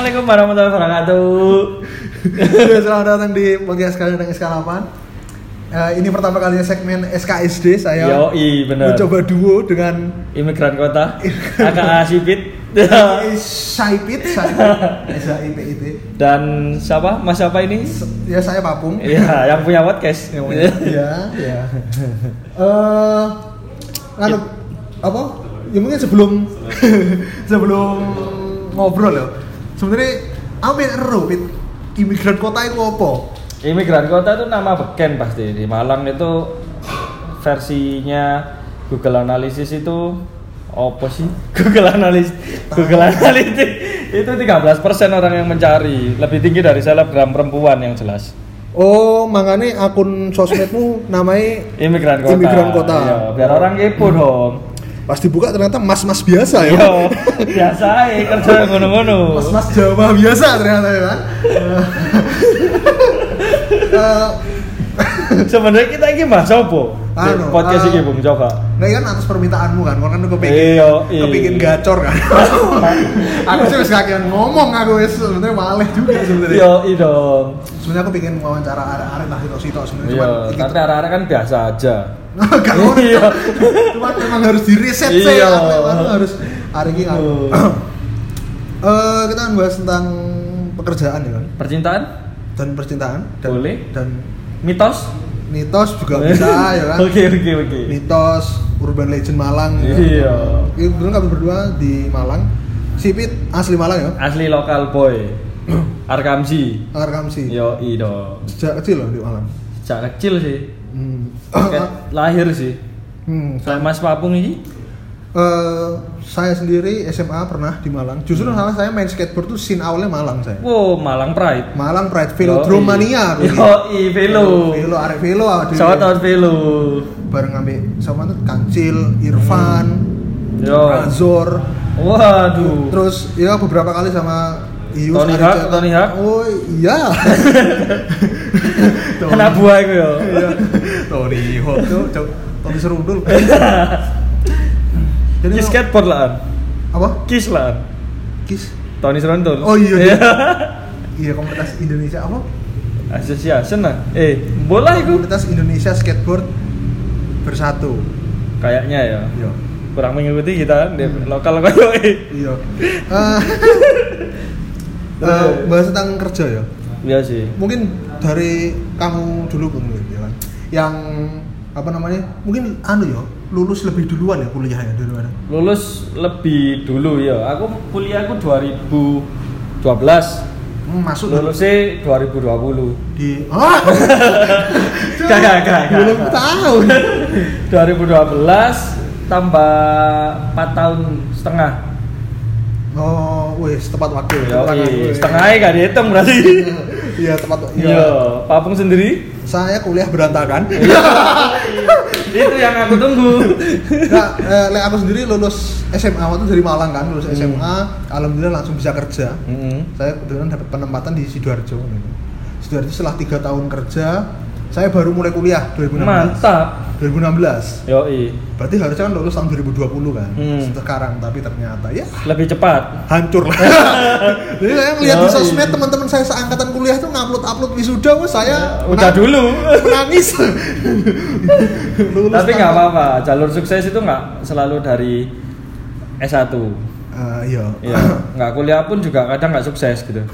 Assalamualaikum warahmatullahi wabarakatuh. Selamat datang di podcast kalian dengan SK8. Ini pertama kalinya segmen SKSD. Saya mencoba duo dengan Imigran Kota, AKA Sipit, Saipit, SIPIT. Dan siapa? Mas siapa ini? Ya saya Papung. Iya, yang punya podcast. Iya. Apa? Ya mungkin sebelum ngobrol ya. Sebenarnya apa yang Pit? Imigran Kota itu apa? Imigran Kota itu nama beken pasti. Di Malang itu versinya Google Analytics itu apa sih? Google Analytics itu 13% orang yang mencari, lebih tinggi dari selebgram perempuan yang jelas. Oh, makanya akun sosmedmu namanya Imigran Kota. Iya, biar orang kepo dong. Pas dibuka ternyata mas-mas biasa ya. Yo, biasa kerja ngono-ngono. Mas-mas Jawa biasa ternyata ya kan. Sebenarnya kita ini bahas apa? Podcast ini Bung coba. Nah kan atas permintaanmu kan kepingin gacor kan. Aku sih wis kakean ngomong aku wis sebenarnya maleh juga sebenarnya. Yo, dong. Sebenarnya aku pengen wawancara arek-arek lah sitok sebenarnya. Iya, tapi arek-arek kan biasa aja. Gak ngono. Cuma memang harus di-reset sih. Harus hari ini kita akan bahas tentang pekerjaan ya kan. Percintaan boleh. Dan mitos juga bisa ya kan. Oke. Mitos urban legend Malang ya. Iya. Kebetulan kami berdua di Malang. Sipit asli Malang ya. Asli lokal boy. Arkamsi. Yo, dong. Sejak kecil loh di Malang. Sejak kecil sih. Lahir sih. Saya Mas Papung ini. Saya sendiri SMA pernah di Malang. Justru saya main skateboard tuh scene awalnya Malang saya. Wow, Malang Pride, Velodrome Mania. Velo. Arek velo. Shout velo. Bareng ambek sama tuh Kancil, Irfan, Razor. Waduh. Terus ya beberapa kali sama Ius, Tony Hawk. Oh iya. Anak buah itu ya. Tony Hawk tuh, Tony Serundul. Jadi skateboard lah. Apa? Kiss. Tony Serundul. Oh iya. Iya, komunitas Indonesia apa? Association lah. Bola itu. Komunitas Indonesia Skateboard Bersatu. Kayaknya ya. Iya. Kurang mengikuti kita di lokal kayak. Iya. Bahas tentang kerja ya. Iya sih. Mungkin dari kamu dulu Bung ya kan. Yang apa namanya? Mungkin lulus lebih duluan ya kuliahnya dari mana? Lulus lebih dulu ya. Aku kuliahku 2012. Masuk lulusnya 2020. Gak. Belum tahun. 2012 tambah 4 tahun setengah. Oh, wes tepat waktu. Setengahnya gak dihitung berarti. Iya, tepat. Iya, Papung sendiri? Saya kuliah berantakan. Itu yang aku tunggu. Aku sendiri lulus SMA waktu dari Malang kan, lulus SMA, alhamdulillah langsung bisa kerja. Saya kebetulan dapat penempatan di Sidoarjo. Sidoarjo setelah 3 tahun kerja, saya baru mulai kuliah 2016. Mantap. 2016. Berarti harusnya kan lulus tahun 2020 kan. Sekarang tapi ternyata ya lebih cepat. Hancur lah. Jadi saya ngeliat di sosmed teman-teman saya seangkatan kuliah tuh ngupload wisuda, saya udah dulu menangis. Tapi nggak apa-apa. Jalur sukses itu nggak selalu dari S1. Iya. Nggak kuliah pun juga kadang nggak sukses gitu.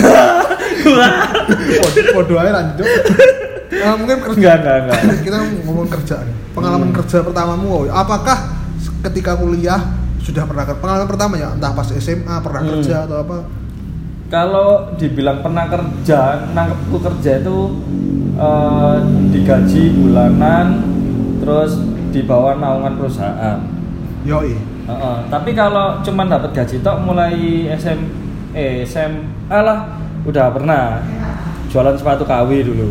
Podo aja lanjut. Mungkin kerja. Enggak. Kita ngomong kerjaan. Pengalaman kerja pertamamu, apakah ketika kuliah sudah pernah pengalaman pertama ya, entah pas SMA pernah kerja atau apa? Kalau dibilang pernah kerja, nangkepku kerja itu digaji bulanan, terus di bawah naungan perusahaan. Tapi kalau cuman dapat gaji tok mulai SMA lah, udah pernah jualan sepatu KW dulu.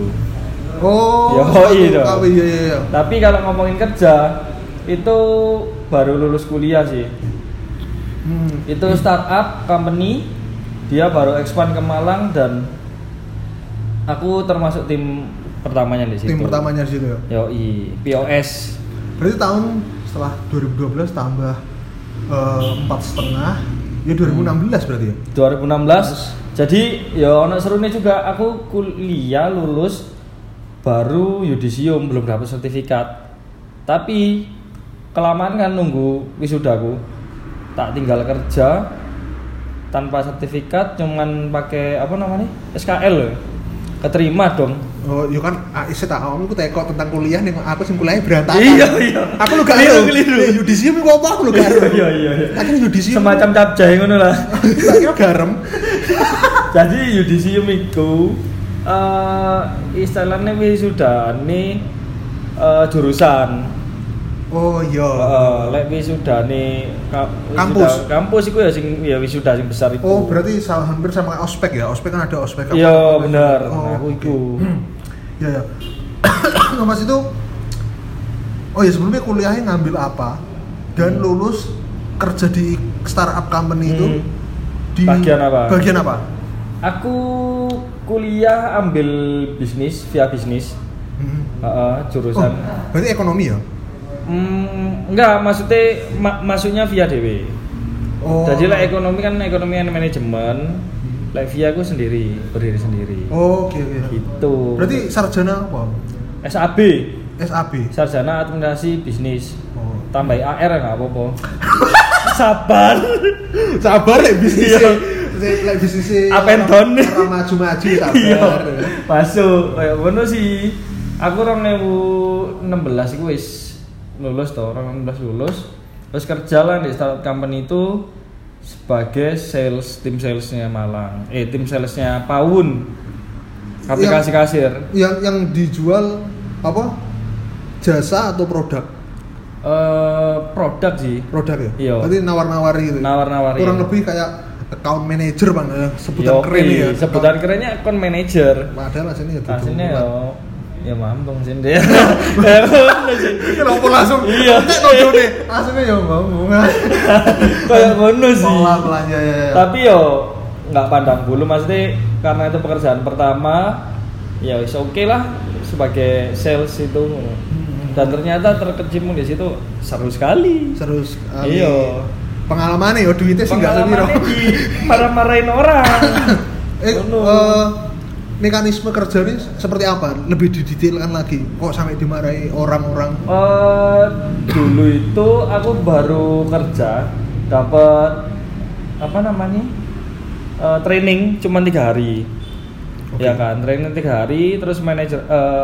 KW iya. Tapi kalau ngomongin kerja itu baru lulus kuliah sih. Itu startup company, dia baru expand ke Malang dan aku termasuk tim pertamanya di situ. Ya. POS. Berarti tahun setelah 2012 tambah 4,5 Ya 2016 berarti ya. 2016. Jadi ya ono serune juga aku kuliah lulus baru yudisium belum dapat sertifikat. Tapi kelamaan kan nunggu wisudaku. Tak tinggal kerja tanpa sertifikat cuman pakai apa namanya? SKL. Keterima dong. Oh, yo kan iso tak awakmu ku teko tentang kuliah ning aku sing kuliah berantakan. Iya. Aku lu gak ngerti. Yudisium iku apa aku lu gak ngerti. Iya. Akhirnya yudisium semacam capjai ngono lah. Tak kira garam. Jadi yudisium itu istilahnya wisudane jurusan. Oh iya. Lek wisudane kampus. Kampus iku ya sing ya wisuda sing besar itu. Oh, berarti hampir sama kayak ospek ya. Ospek kan ada ospek. Iya, bener. Oh, nah, aku iku. Iya. Nah, Mas itu oh ya sebelumnya kuliahnya ngambil apa? Dan lulus kerja di startup company itu di bagian apa? Bagian apa? Aku kuliah ambil bisnis via bisnis. Jurusan. Oh, berarti ekonomi ya? Enggak, maksudnya masuknya via DW. Oh. Jadi lah ekonomi kan ekonomi and manajemen. Lah via aku sendiri, berdiri sendiri. Oh, oke. Gitu. Berarti sarjana apa? SAB. Sarjana Administrasi Bisnis. Oh. Tambah AR enggak apa-apa. Sabar lek bisnis. Lek bisnis up and down. Ora maju-maju sabar. Masuk kayak ngono sih. Aku 2016 iku wis lulus toh, 2016 lulus. Terus kerja lah di startup company itu sebagai tim salesnya Malang. Tim salesnya Pawun. Aplikasi kasir. Yang dijual apa? Jasa atau produk? Produk sih. Produk ya? Iya. Berarti nawar-nawari gitu. Nawar-nawari. Kurang lebih kayak account manager Bang ya, sebutan keren ya. Sebutan kerennya account manager. Padahal aslinya ya aslinya ya mambung sih deh. Kenapa langsung? Iya. Nek aslinya ya mambung. Kayak ngono sih. Pelan-pelan ya. Tapi yo nggak pandang bulu, maksudnya karena itu pekerjaan pertama ya wis oke lah sebagai sales itu. Dan ternyata terkecimpung di situ seru sekali. Iya. Pengalamannya ya duitnya sih nggak lebih. Marah-marahin orang. Mekanisme kerja ini seperti apa? Lebih didetailkan lagi. Kok sampai dimarahi orang-orang? Dulu itu aku baru kerja, dapat apa namanya? Training cuma 3 hari. Okay. Ya kan, training 3 hari, terus manajer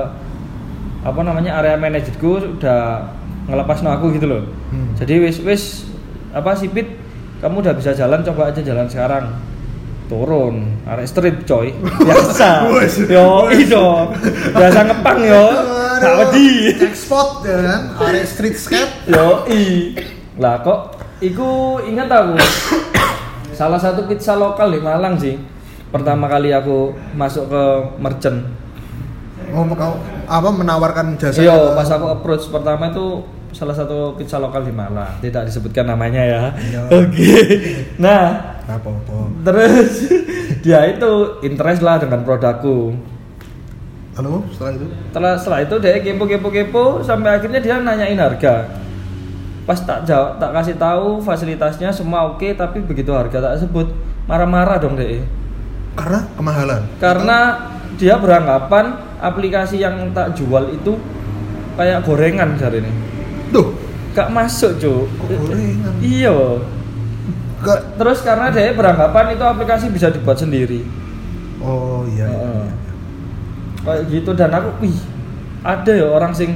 area manajerku udah ngelepas aku gitu loh. Jadi wis sipit, kamu udah bisa jalan, coba aja jalan sekarang. Turun, arek street coy. Biasa. Yo iso. Biasa ngepang yo. Gak wedi. Check spot ya kan, arek street skate. Yo Lah kok iku ingat aku. Salah satu pizza lokal di Malang sih. Pertama kali aku masuk ke merchant. Oh, kau menawarkan jasa? Iya, pas aku approach pertama itu salah satu pizza lokal di Malang. Tidak disebutkan namanya ya. Oke. Nah, apa-apa. Terus dia itu interest lah dengan produkku. Lalu setelah itu? Setelah itu dia kepo sampai akhirnya dia nanyain harga. Pas tak kasih tahu fasilitasnya semua oke, tapi begitu harga tak sebut marah-marah dong dia. Karena kemahalan. Karena dia beranggapan aplikasi yang tak jual itu kayak gorengan hari ini. Duh, gak masuk cuy. Gorengan. Iya. Terus karena dia beranggapan itu aplikasi bisa dibuat sendiri. Oh iya. Kayak gitu, dan aku ada ya orang sing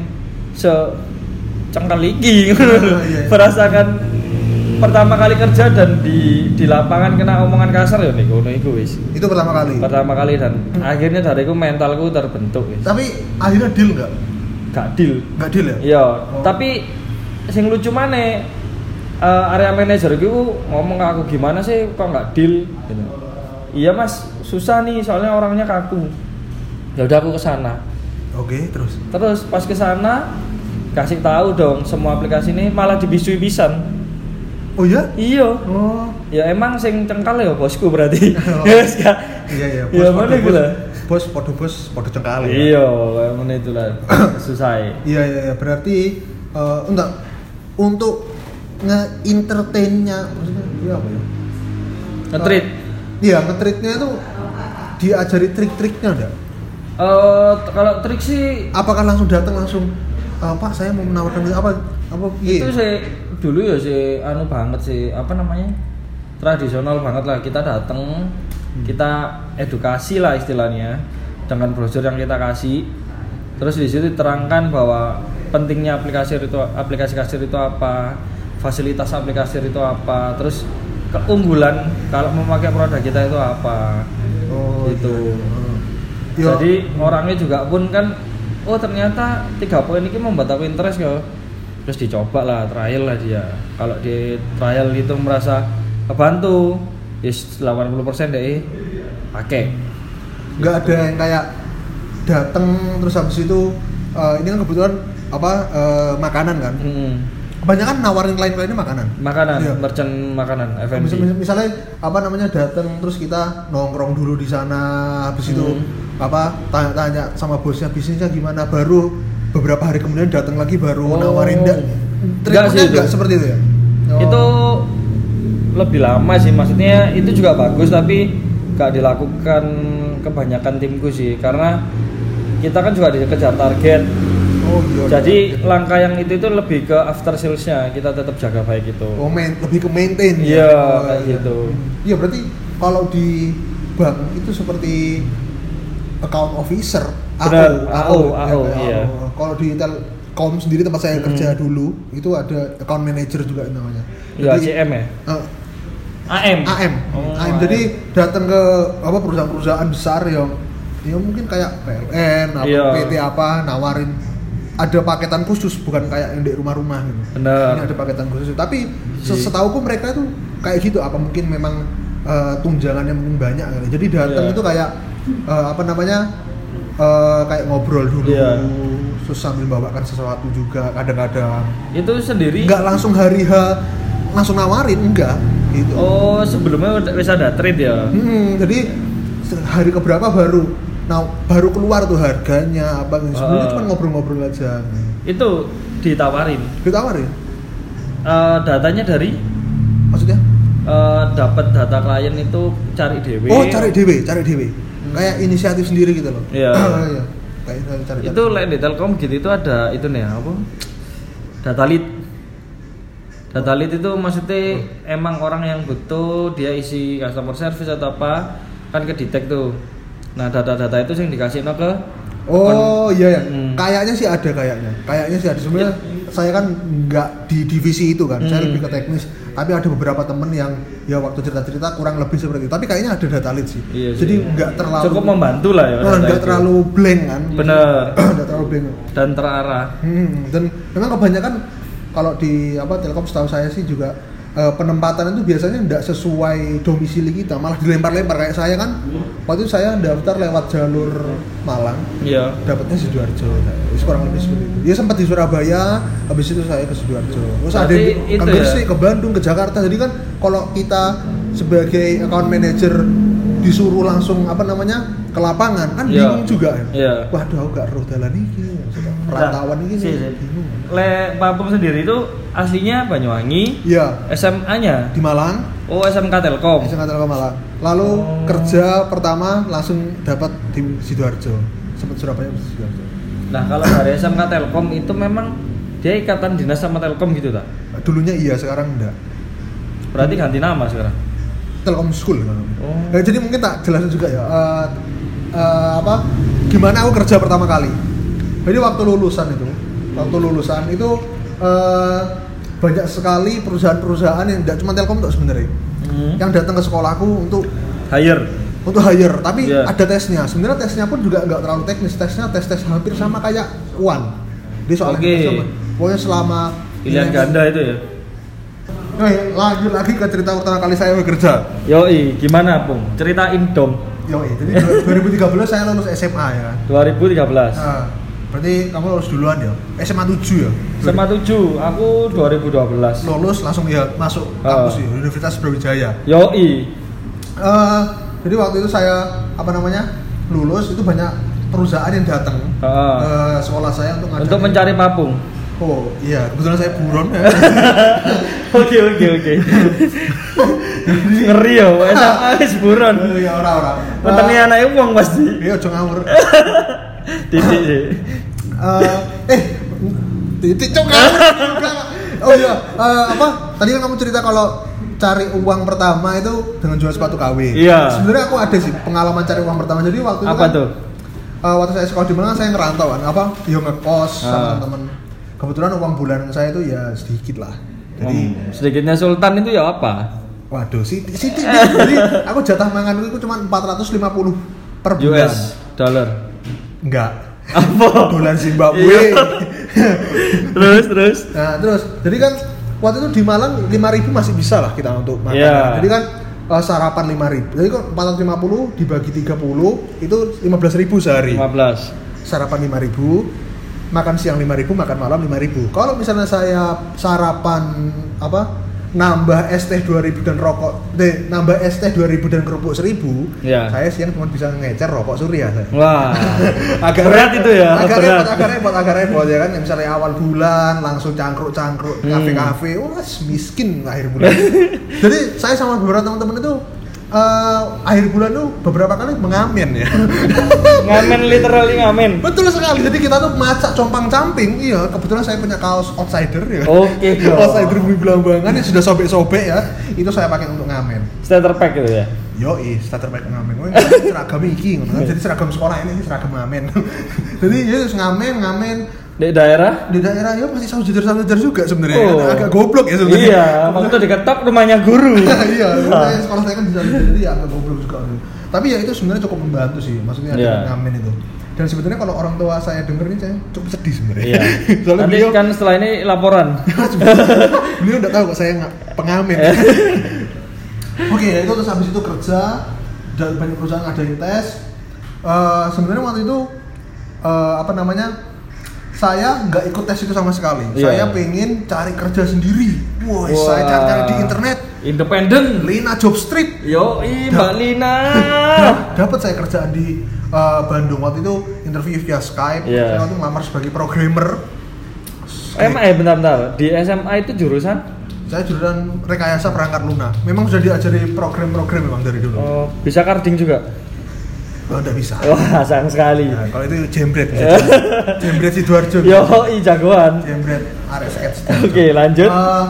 cengkal iki merasakan pertama kali kerja dan di lapangan kena omongan kasar ya nih ngono iku wis. Itu pertama kali dan akhirnya dariku mentalku terbentuk wis. Tapi akhirnya deal enggak? Gak deal ya? Iya, tapi sing lucu maneh area manajer itu ngomong ke aku, gimana sih kok nggak deal gitu. Iya mas, susah nih soalnya orangnya kaku. Ya udah aku kesana. Oke, terus pas kesana kasih tahu dong semua aplikasi ini, malah dibisui pisan. Oh ya? Iya. Oh. Ya emang sing cengkal ya bosku berarti. Yes, iya. Bos, ya mana gitu lah. Bos podo cengkal ya. Iya, kayak mana itulah. Susah. Iya. Berarti untuk nge-entertainnya maksudnya dia apa ya? Nge-treat. Iya, nge-treatnya itu diajari trik-triknya enggak? Kalau trik sih apakah langsung datang langsung Pak saya mau menawarkan apa itu sih dulu ya sih anu banget sih apa namanya tradisional banget lah, kita datang kita edukasi lah istilahnya dengan brosur yang kita kasih, terus di situ diterangkan bahwa pentingnya aplikasi kasir itu apa, fasilitas aplikasi itu apa, terus keunggulan kalau memakai produk kita itu apa. Gitu. Iya. Jadi orangnya juga pun kan ternyata 3 poin ini membuat aku interest ya. Terus dicoba lah, trial lah dia. Kalau di trial itu merasa kebantu, yes 80% deh pakai. Nggak ada yang kayak datang terus habis itu ini kan kebetulan makanan kan. Kebanyakan nawarin klien-kliennya makanan. Iya. Merchant makanan, F&B. Misalnya datang terus kita nongkrong dulu di sana, habis itu tanya-tanya sama bosnya bisnisnya gimana, baru beberapa hari kemudian datang lagi baru nawarin enggak seperti itu ya. Itu lebih lama sih, maksudnya itu juga bagus tapi gak dilakukan kebanyakan timku sih, karena kita kan juga dikejar target. Jadi langkah yang itu lebih ke after sales-nya, kita tetap jaga baik itu. Lebih ke maintain. Iya, kayak gitu. Iya, berarti kalau di bank itu seperti account officer, AO, iya. Kalau di Telkom sendiri tempat saya kerja dulu, itu ada account manager juga namanya. Iya, CM ya? AM. Jadi datang ke perusahaan-perusahaan besar yang mungkin kayak PLN, PT nawarin ada paketan khusus, bukan kayak yang di rumah-rumah gitu. Benar. Ini ada paketan khusus. Tapi setauku mereka itu kayak gitu. Apa mungkin memang tunjangannya mungkin banyak kali. Jadi datang itu kayak kayak ngobrol dulu, terus sambil bawakan sesuatu juga kadang-kadang. Itu sendiri. Enggak langsung hari H langsung nawarin, enggak gitu. Oh, sebelumnya wis ada trade ya. Jadi hari keberapa baru keluar tuh harganya apa gitu. Sebenarnya cuma ngobrol-ngobrol aja. Itu ditawarin. Datanya dari? Maksudnya? Dapat data klien itu cari DW. Oh, cari DW. Kayak inisiatif sendiri gitu loh. Iya. Iya. Kayak cari. Itu lain di Telkom gitu itu ada itu nih apa? Data lead itu maksudnya emang orang yang butuh, dia isi customer service atau apa kan kedetek tuh. Nah, data-data itu yang dikasih ke iya. Kayaknya sih ada. Sebenarnya saya kan nggak di divisi itu kan, saya lebih ke teknis. Tapi ada beberapa temen yang ya waktu cerita-cerita kurang lebih seperti itu. Tapi kayaknya ada data lead sih. Iya, jadi nggak terlalu cukup membantu lah ya. Nggak terlalu blank kan. Bener. Nggak terlalu blank. Dan terarah. Dan memang kebanyakan kalau di Telkom setahu saya sih juga penempatan itu biasanya tidak sesuai domisili kita, malah dilempar-lempar. Kayak saya kan waktu itu saya daftar lewat jalur Malang, dapatnya Sidoarjo. Kurang lebih seperti itu. Dia sempat di Surabaya, habis itu saya ke Sidoarjo. Terus ada ke Gresik, ke Bandung, ke Jakarta. Jadi kan kalau kita sebagai account manager disuruh langsung ke lapangan kan bingung juga ya. Waduh, aku gak roh dalan iki. Perantauan ini bingung. Pak Pum sendiri itu aslinya Banyuwangi. Iya. SMA-nya di Malang. Oh, SMK Telkom. SMK Telkom Malang. Lalu kerja pertama langsung dapat di Sidoarjo. Sempat Surabaya di Sidoarjo. Nah, kalau dari SMK Telkom itu memang dia ikatan dinas sama Telkom gitu tak? Dulunya iya, sekarang enggak. Berarti ganti nama sekarang. Telkom School kan. Nah, jadi mungkin tak jelasin juga ya. Gimana aku kerja pertama kali. Jadi waktu lulusan itu banyak sekali perusahaan-perusahaan yang tidak cuma Telkom sebenarnya. Yang datang ke sekolahku untuk hire, tapi ada tesnya. Sebenarnya tesnya pun juga nggak terlalu teknis. Tesnya tes hampir sama kayak UAN. Dia soalnya pokoknya selama pilihan ganda itu ya. Nah, lanjut lagi ke cerita pertama kali saya bekerja. Yoi, gimana Pung? Ceritain dong. Yoi, jadi 2013 saya lulus SMA ya. 2013. Nah, berarti kamu lulus duluan ya? SMA 7 ya? SMA 7, aku 2012. Lulus langsung ya masuk kampus ya, Universitas Brawijaya. Yoi. Jadi waktu itu saya lulus itu banyak perusahaan yang datang ke sekolah saya untuk mencari papung. Oh iya, kebetulan saya buron ya. Oke. Ngeri ya, SMA wis buron. Ya ora. Wetenge anake wong pasti. Iya aja ngawur. Titik sih. Titik cok ngawur. Oh iya, tadi kan kamu cerita kalau cari uang pertama itu dengan jual sepatu KW. Iya. Sebenarnya aku ada sih pengalaman cari uang pertama. Jadi waktu itu apa tuh? Waktu saya sekolah di Malang saya ngerantau kan, yo ngekos sama teman. Kebetulan uang bulanan saya itu ya sedikit lah. Jadi sedikitnya Sultan itu ya apa? Waduh, sedikit. Jadi aku jatah manganku itu cuma 450 per bulan. US dollar. Enggak. Apa? Dolar Zimbabwe. terus. Nah, jadi kan waktu itu di Malang 5.000 masih bisa lah kita untuk makan. Yeah. Jadi kan sarapan 5.000. Jadi kok 450 dibagi 30 itu 15.000 sehari. 15. Sarapan 5.000. Makan siang 5.000, makan malam 5.000. Kalau misalnya saya sarapan nambah es teh 2.000 dan nambah es teh 2.000 dan kerupuk 1.000, saya siang cuma bisa ngecer rokok Surya saya. Wah. agak berat itu ya. Agak repot ya kan. Misalnya awal bulan langsung cangkruk kafe-kafe, miskin akhir bulan. Jadi saya sama beberapa teman-teman itu akhir bulan tuh beberapa kali mengamen ya. Ngamen literally ngamen. Betul sekali. Jadi kita tuh macak compang-camping. Iya, kebetulan saya punya kaos outsider ya. Oke, bro. Outsider Bumi Belambangan yang sudah sobek-sobek ya. Itu saya pakai untuk ngamen. Starter pack gitu ya. Yoi, starter pack ngamen. Oh, seragam iki ngono kan. Jadi seragam sekolah ini seragam ngamen. Jadi ya ngamen. Di daerah ya masih saudara juga sebenarnya. Agak goblok ya sebenarnya. Iya, waktu diketok rumahnya guru. Iya, sekolah saya kan jadi agak goblok juga. Tapi ya itu sebenarnya cukup membantu sih, maksudnya ngamen itu. Dan sebenarnya kalau orang tua saya denger ini saya cukup sedih sebenarnya. Iya. Soalnya nanti kan setelah ini laporan. Beliau udah tahu kok saya pengamen. Oke, ya itu terus habis itu kerja dan banyak perusahaan ngadain tes. Sebenarnya waktu itu saya nggak ikut tes itu sama sekali. Saya pengen cari kerja sendiri. Saya cari di internet. Independen. Lina Job Street. Mbak Lina. Dapat saya kerjaan di Bandung. Waktu itu interview via Skype. Saya waktu ngelamar sebagai programmer. Bentar. Di SMA itu jurusan? Saya jurusan rekayasa perangkat lunak. Memang sudah diajari program-program memang dari dulu. Bisa carding juga? Enggak bisa. Wah, sayang sekali. Nah, kalau itu jembret. Jembret Sidoarjo. Jagoan. Jembret area sketch. Oke, lanjut.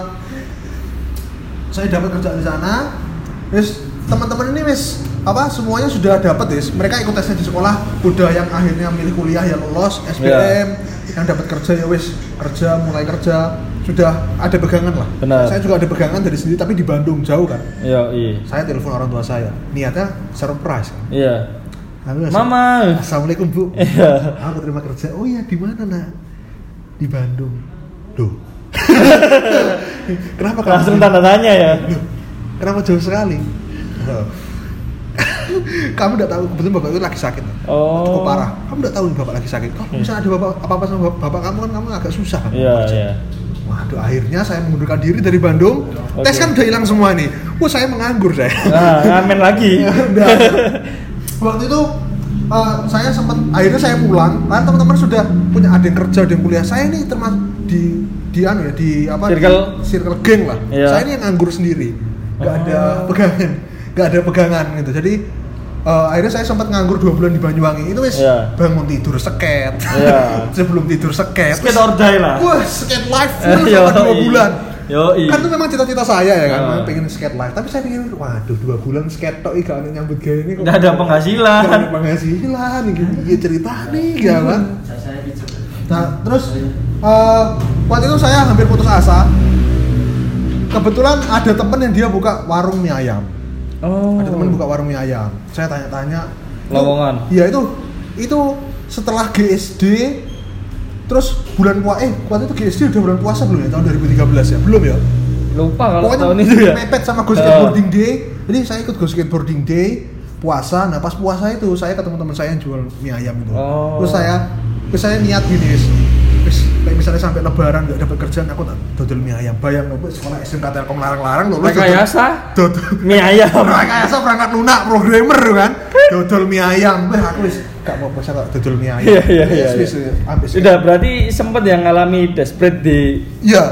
Saya dapat kerjaan di sana. Terus teman-teman ini semuanya sudah dapat mereka ikut tesnya di sekolah, udah yang akhirnya milih kuliah yang lolos SBM, yang dapat kerja mulai kerja, sudah ada pegangan lah. Benar. Saya juga ada pegangan dari sendiri tapi di Bandung jauh kan. Iya. Saya telepon orang tua saya, niatnya surprise kan. Iya. Halo, Mama. Assalamualaikum Bu. Iya. Aku terima kerja. Oh iya, di mana nak? Di Bandung. Duh. Kenapa kamu? Langsung tanda tanya ya. Duh. Kenapa jauh sekali? Kamu udah tahu kebetulan bapak itu lagi sakit. Cukup parah. Kamu udah tahu nih bapak lagi sakit. Kalau misalnya ada apa-apa sama bapak kamu kan kamu agak susah kan. Iya. Waduh, akhirnya saya mengundurkan diri dari Bandung. Tes kan udah hilang semua nih. Saya menganggur saya. Ngamen lagi. Waktu itu akhirnya saya pulang karena teman-teman sudah punya ada yang kerja, ada yang kuliah. Saya ini termasuk di circle geng lah. Saya ini yang nganggur sendiri, nggak ada pegangan gitu. Jadi akhirnya saya sempat nganggur 2 bulan di Banyuwangi. Itu bangun tidur seket, sebelum tidur seket or die lah. Wah, sket live full selama 2 bulan. Kan itu memang cita-cita saya ya kan, pengen skate live. Tapi saya pikir, waduh 2 bulan skate tok gak ada nyambut gaya ini kok. Gak ada penghasilan. Gak ada penghasilan, gini cerita nih kan. Nah terus waktu itu saya hampir putus asa. Kebetulan ada temen yang dia buka warung mie ayam. Ada temen buka warung mie ayam. Saya tanya-tanya. Lowongan. Iya itu setelah GSD. Terus bulan puasa, waktu itu GSD udah bulan puasa belum ya? Tahun 2013 ya? Belum ya? Lupa kalau pokoknya tahun itu ya? Mepet sama Go Skateboarding Day. Jadi saya ikut Go Skateboarding Day, puasa. Nah pas puasa itu saya ketemu teman saya yang jual mie ayam itu. Terus saya niat gini, misalnya sampai lebaran gak dapat kerjaan, aku tak dodol mie ayam. Bayang loh, sekolah SMK Telkom larang-larang loh. Rekayasa? Dodol mie ayam. Rekayasa perangkat lunak, programmer kan? Dodol mie ayam. Aku gak mau bisa dodol mie ayam. Iya. Udah berarti sempet yang ngalami desperate di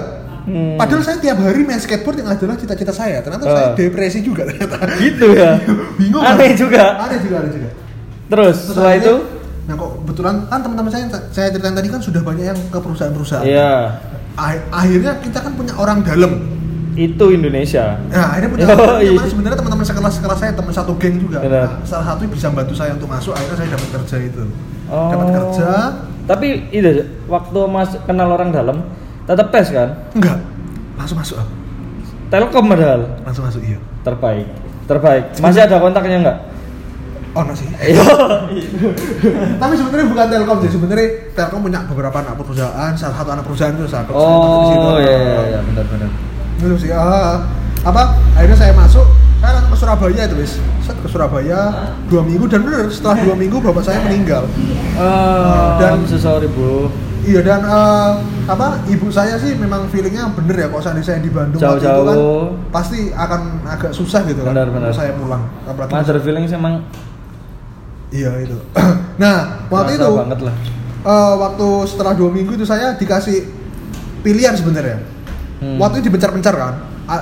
Padahal saya tiap hari main skateboard yang adalah cita-cita saya. Ternyata saya depresi juga ternyata. Gitu ya. Bingung. Aneh juga. Aneh juga. Terus setelah itu, nah kok kebetulan kan teman-teman saya ceritain tadi kan sudah banyak yang ke perusahaan-perusahaan. iya. Akhirnya kita kan punya orang dalam. Itu Indonesia. Nah, akhirnya punya yang mana sebenarnya teman-teman sekelas saya, teman satu geng juga. Nah, salah satu bisa bantu saya untuk masuk, akhirnya saya dapat kerja itu. Dapat kerja. Tapi itu waktu kenal orang dalam tetap tes kan? Enggak. Langsung masuk. Telkom padahal. Langsung masuk, iya. Terbaik. Masih ada kontaknya enggak? Oh, masih. Tapi sebenarnya bukan Telkom sih. Sebenarnya Telkom punya beberapa anak perusahaan, salah satu anak perusahaan itu saya. Oh, iya, benar. Itu sih. Akhirnya saya masuk. Saya langsung ke Surabaya itu, wis. Ke Surabaya 2 minggu dan benar setelah 2 minggu bapak saya meninggal. Dan sorry, Bu. Iya, dan ibu saya sih memang feelingnya bener ya, kalau seandainya saya di Bandung waktu itu kan pasti akan agak susah gitu kan. Benar. Saya pulang. Mother feelings emang. Iya itu. Nah, waktu itu banget lah. Waktu setelah 2 minggu itu saya dikasih pilihan sebenarnya. Waktu itu dibencar-bencar kan.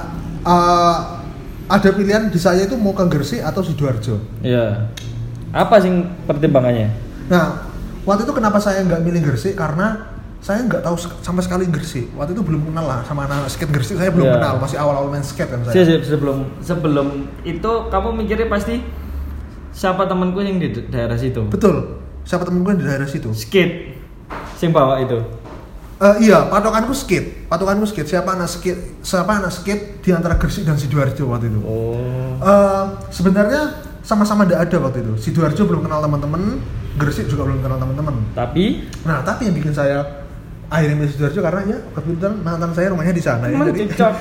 Ada pilihan di saya itu mau ke Gresik atau Sidoarjo. Iya. Apa sih pertimbangannya? Nah, waktu itu kenapa saya nggak milih Gresik, karena saya nggak tahu sama sekali Gresik. Waktu itu belum kenal lah sama anak skate Gresik, saya belum kenal, masih awal-awal main skate kan saya. Sebelum itu kamu mikirnya pasti siapa temanku yang di daerah situ? Betul. Siapa temanku yang di daerah situ? Skate. Sing bawa itu. Iya, patokanku skate. Siapa anak skate di antara Gresik dan Sidoarjo waktu itu. Sebenarnya sama-sama enggak ada waktu itu. Sidoarjo belum kenal teman-teman, Gresik juga belum kenal teman-teman. Tapi yang bikin saya akhirnya milih Sidoarjo karena ya kebetulan mantan saya rumahnya di sana ya. Jadi cocok.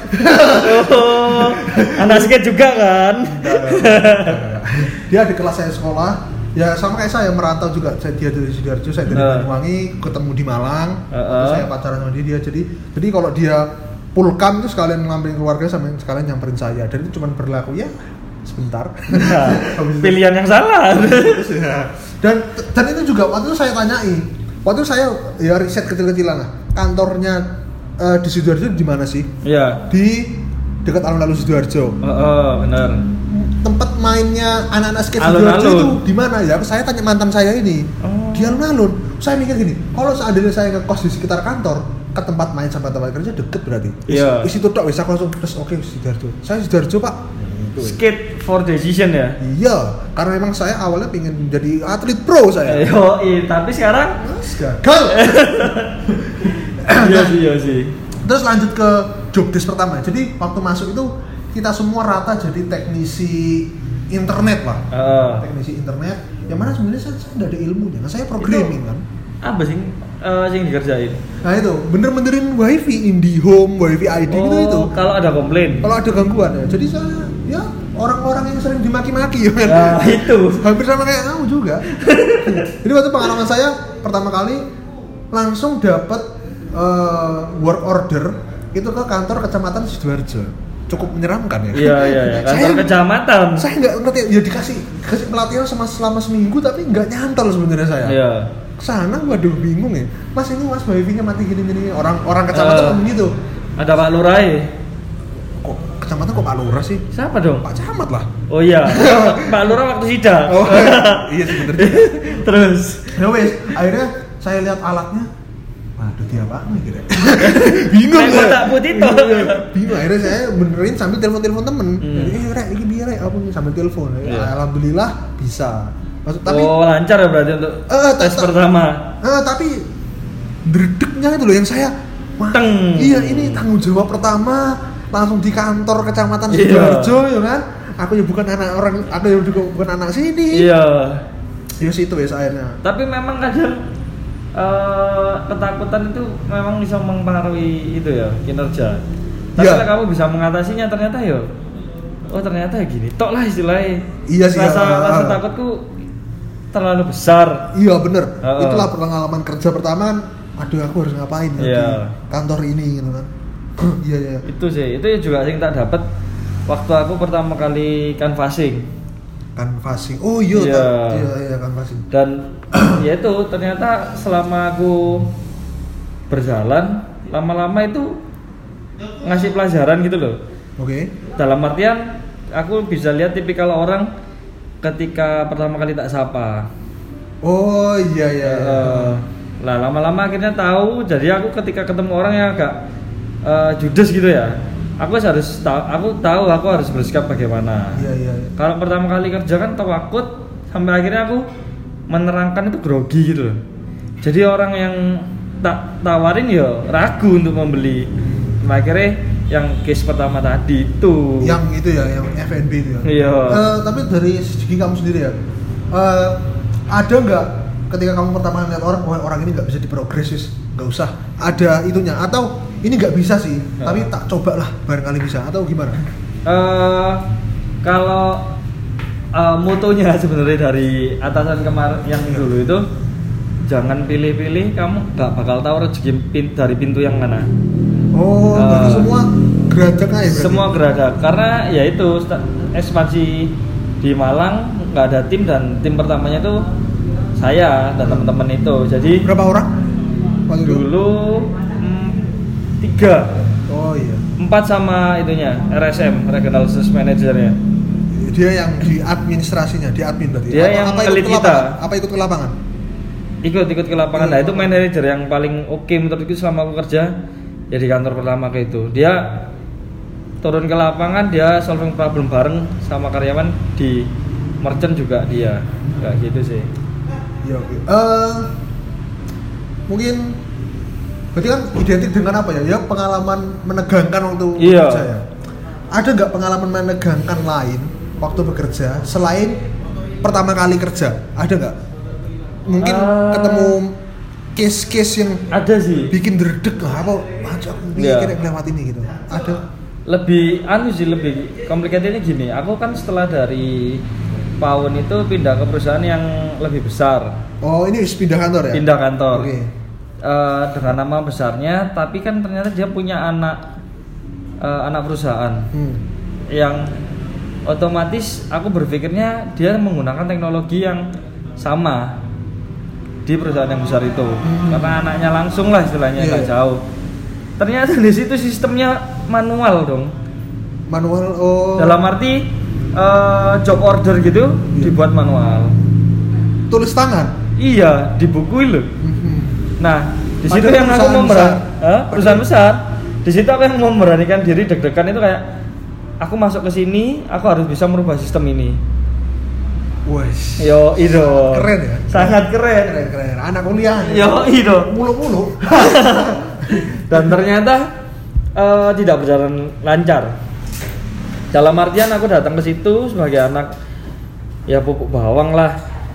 Anak skate juga kan? Dia di kelas saya sekolah. Ya sama kayak saya merantau juga, dia dari Sidoarjo, saya dari Banyuwangi, ketemu di Malang, saya pacaran sama dia. Jadi kalau dia pulkam itu sekalian ngambilin keluarga sama sekalian nyamperin saya, dan itu cuma berlaku ya sebentar. Pilihan yang salah. dan itu juga waktu itu saya tanyai, waktu itu saya ya riset kecil-kecilan lah, kantornya di Sidoarjo di mana sih? Iya. Di dekat alun-alun Sidoarjo. Benar. Tempat mainnya anak-anak skate Sidoarjo itu di mana ya? Saya tanya mantan saya ini. Di alun-alun. Saya mikir gini, kalau seandainya saya ngekos di sekitar kantor, ke tempat main sampai tempat kerja deket berarti. Iya. Di situ tok wis aku langsung terus oke Sidoarjo. Saya Sidoarjo, Pak. Skate for decision ya? Iya, karena memang saya awalnya pengen jadi atlet pro saya. Tapi sekarang gagal. Iya sih. Terus lanjut ke job desk pertama. Jadi waktu masuk itu kita semua rata jadi teknisi internet lah. Teknisi internet. Yang mana sebenarnya saya enggak ada ilmunya. Nah, saya programming kan. Apa sih yang dikerjain? Nah itu, bener-benerin wifi IndiHome, wifi ID gitu itu. Kalau ada komplain. Kalau ada gangguan ya. Jadi saya ya orang-orang yang sering dimaki-maki ya. Nah, itu. Hampir sama kayak kamu juga. Jadi waktu pengalaman saya pertama kali langsung dapat work order itu ke kantor kecamatan Sidoarjo. Cukup menyeramkan ya. Iya. Kantor kecamatan. Saya nggak ngerti ya, dikasih pelatihan selama seminggu tapi nggak nyantol sebenarnya saya. Iya. Kesana waduh bingung ya. Mas ini mas wifi-nya mati gini orang kecamatan ngomong gitu. Ada Pak Lurah ya? Kok kecamatan kok Pak Lurah sih? Siapa dong? Pak Camat lah. Oh iya. Pak Lurah waktu sidang. Oh iya sebenarnya. Terus. Ya wes, akhirnya saya lihat alatnya. Waduh dia apa nih kira? Bingung ya. Tak putih toh. Bingung akhirnya saya benerin sambil telepon temen. Jadi rek ini biar rek apa nih sambil telepon. Alhamdulillah bisa. Tapi lancar ya berarti untuk tes pertama. Tapi dredegnya itu loh yang saya iya ini tanggung jawab pertama langsung di kantor kecamatan Sidoarjo ya kan. Aku ya bukan anak orang, aku ya juga bukan anak sini. Iya. Ya situ ya akhirnya. Tapi memang kadang ketakutan itu memang bisa mempengaruhi itu ya kinerja. Tapi kalau kamu bisa mengatasinya ternyata ternyata gini. Tok lah istilahnya. Iya sih. Rasa takutku terlalu besar. Iya bener. Itulah pengalaman kerja pertama kan. Aduh aku harus ngapain di kantor ini gitu kan. Iya. Itu sih. Itu juga yang tak dapat waktu aku pertama kali canvassing. Oh iya canvassing. Dan ya itu ternyata selama aku berjalan lama-lama itu ngasih pelajaran gitu loh. Oke. Dalam artian aku bisa lihat tipikal orang ketika pertama kali tak sapa. Oh iya. Lah lama-lama akhirnya tahu. Jadi aku ketika ketemu orang yang agak judes gitu ya, aku tahu aku harus bersikap bagaimana. Iya. Kalau pertama kali kerja kan takut, sampai akhirnya aku menerangkan itu grogi gitu loh. Jadi orang yang tak tawarin ya ragu untuk membeli. Akhirnya yang case pertama tadi itu. Yang itu ya, yang F&B itu ya. Iya. Tapi dari segi kamu sendiri ya, ada nggak ketika kamu pertama lihat orang ini nggak bisa diprogresis, nggak usah ada itunya, atau ini nggak bisa sih, tapi tak coba lah barangkali bisa, atau gimana? Kalau motonya sebenarnya dari atasan kemarin yang dulu itu, jangan pilih-pilih, kamu nggak bakal tahu rezeki dari pintu yang mana. Oh, berarti semua geradak aja berarti? Semua geradak, karena ya itu ekspansi di Malang nggak ada tim, dan tim pertamanya itu saya dan teman-teman itu. Jadi berapa orang? Dulu 3. Oh iya. 4 sama itunya RSM, Regional Sales Manager-nya. Dia yang di administrasinya, di admin berarti. Dia yang ngelit kita. Apa ikut ke lapangan? Ikut ke lapangan. Nah, itu manajer yang paling oke menurutku selama aku kerja ya di kantor pertama kayak itu. Dia turun ke lapangan, dia solving problem bareng sama karyawan, di merchant juga dia. Kayak gitu sih. Ya oke. Mungkin berarti kan identik dengan apa ya? Ya pengalaman menegangkan waktu bekerja ya. Ada nggak pengalaman menegangkan lain waktu bekerja selain pertama kali kerja? Ada nggak? Mungkin ketemu case-case yang ada sih. Bikin dredeg lah, apa? Aku mikir lewat ini gitu. Ada. Lebih lebih komplikasinya gini. Aku kan setelah dari Pawon itu pindah ke perusahaan yang lebih besar. Oh, ini pindah kantor ya? Pindah kantor. Oke. Dengan nama besarnya, tapi kan ternyata dia punya anak perusahaan yang otomatis aku berpikirnya dia menggunakan teknologi yang sama di perusahaan yang besar itu, karena anaknya langsung lah istilahnya, nggak jauh. Ternyata di situ sistemnya manual dong. Manual. Oh. Dalam arti job order gitu dibuat manual. Tulis tangan? Iya, dibukuin loh. Nah, di situ yang aku perusahaan besar. Di situ aku yang memberanikan diri deg-degan itu kayak aku masuk ke sini, aku harus bisa merubah sistem ini. Wes. Yo, itu. Keren ya? Sangat keren. Keren. Anak kuliah. Yo, itu. Mulu-mulu. Dan ternyata tidak berjalan lancar. Dalam artian aku datang ke situ sebagai anak ya pupuk bawang lah,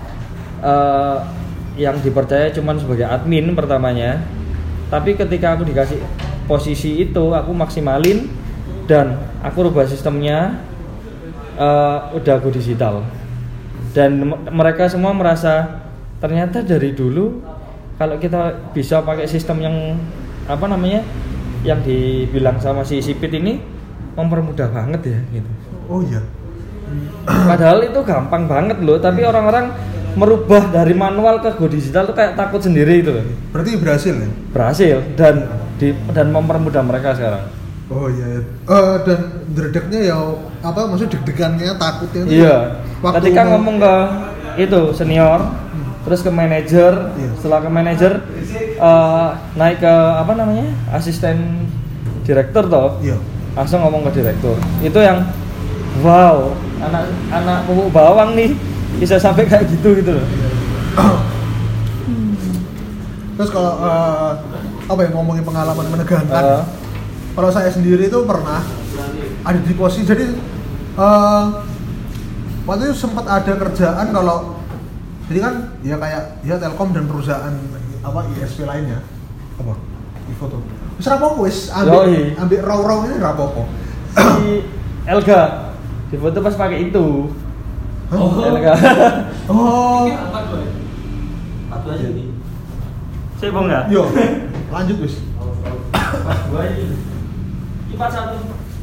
yang dipercaya cuman sebagai admin pertamanya. Tapi ketika aku dikasih posisi itu, aku maksimalin dan aku rubah sistemnya, udah aku digital. Dan mereka semua merasa ternyata dari dulu kalau kita bisa pakai sistem yang yang dibilang sama si Sipit ini mempermudah banget ya gitu. Oh iya. Padahal itu gampang banget loh, tapi orang-orang merubah dari manual ke go digital tuh kayak takut sendiri itu loh. Berarti berhasil ya? Berhasil dan mempermudah mereka sekarang. Oh iya. Dan dredegnya ya maksudnya deg-degannya, takutnya itu. Iya. Ketika ngomong ke itu senior, terus ke manajer, setelah ke manajer naik ke asisten direktur toh. Iya. Langsung ngomong ke direktur. Itu yang wow, anak pupuk bawang nih bisa sampai kayak gitu loh. Terus kalau ngomongin pengalaman menegangkan, kalau saya sendiri itu pernah ada di posisi, jadi waktu itu sempat ada kerjaan, kalau jadi kan ya kayak ya Telkom dan perusahaan ISP lainnya di foto. Wis rapopo wis ambil raw ini rapopo. Si Elga di foto pas pakai itu. Elga. Oh. 42 aja nih. Saya mau enggak? Yo. Lanjut wis. 42 ini. 41.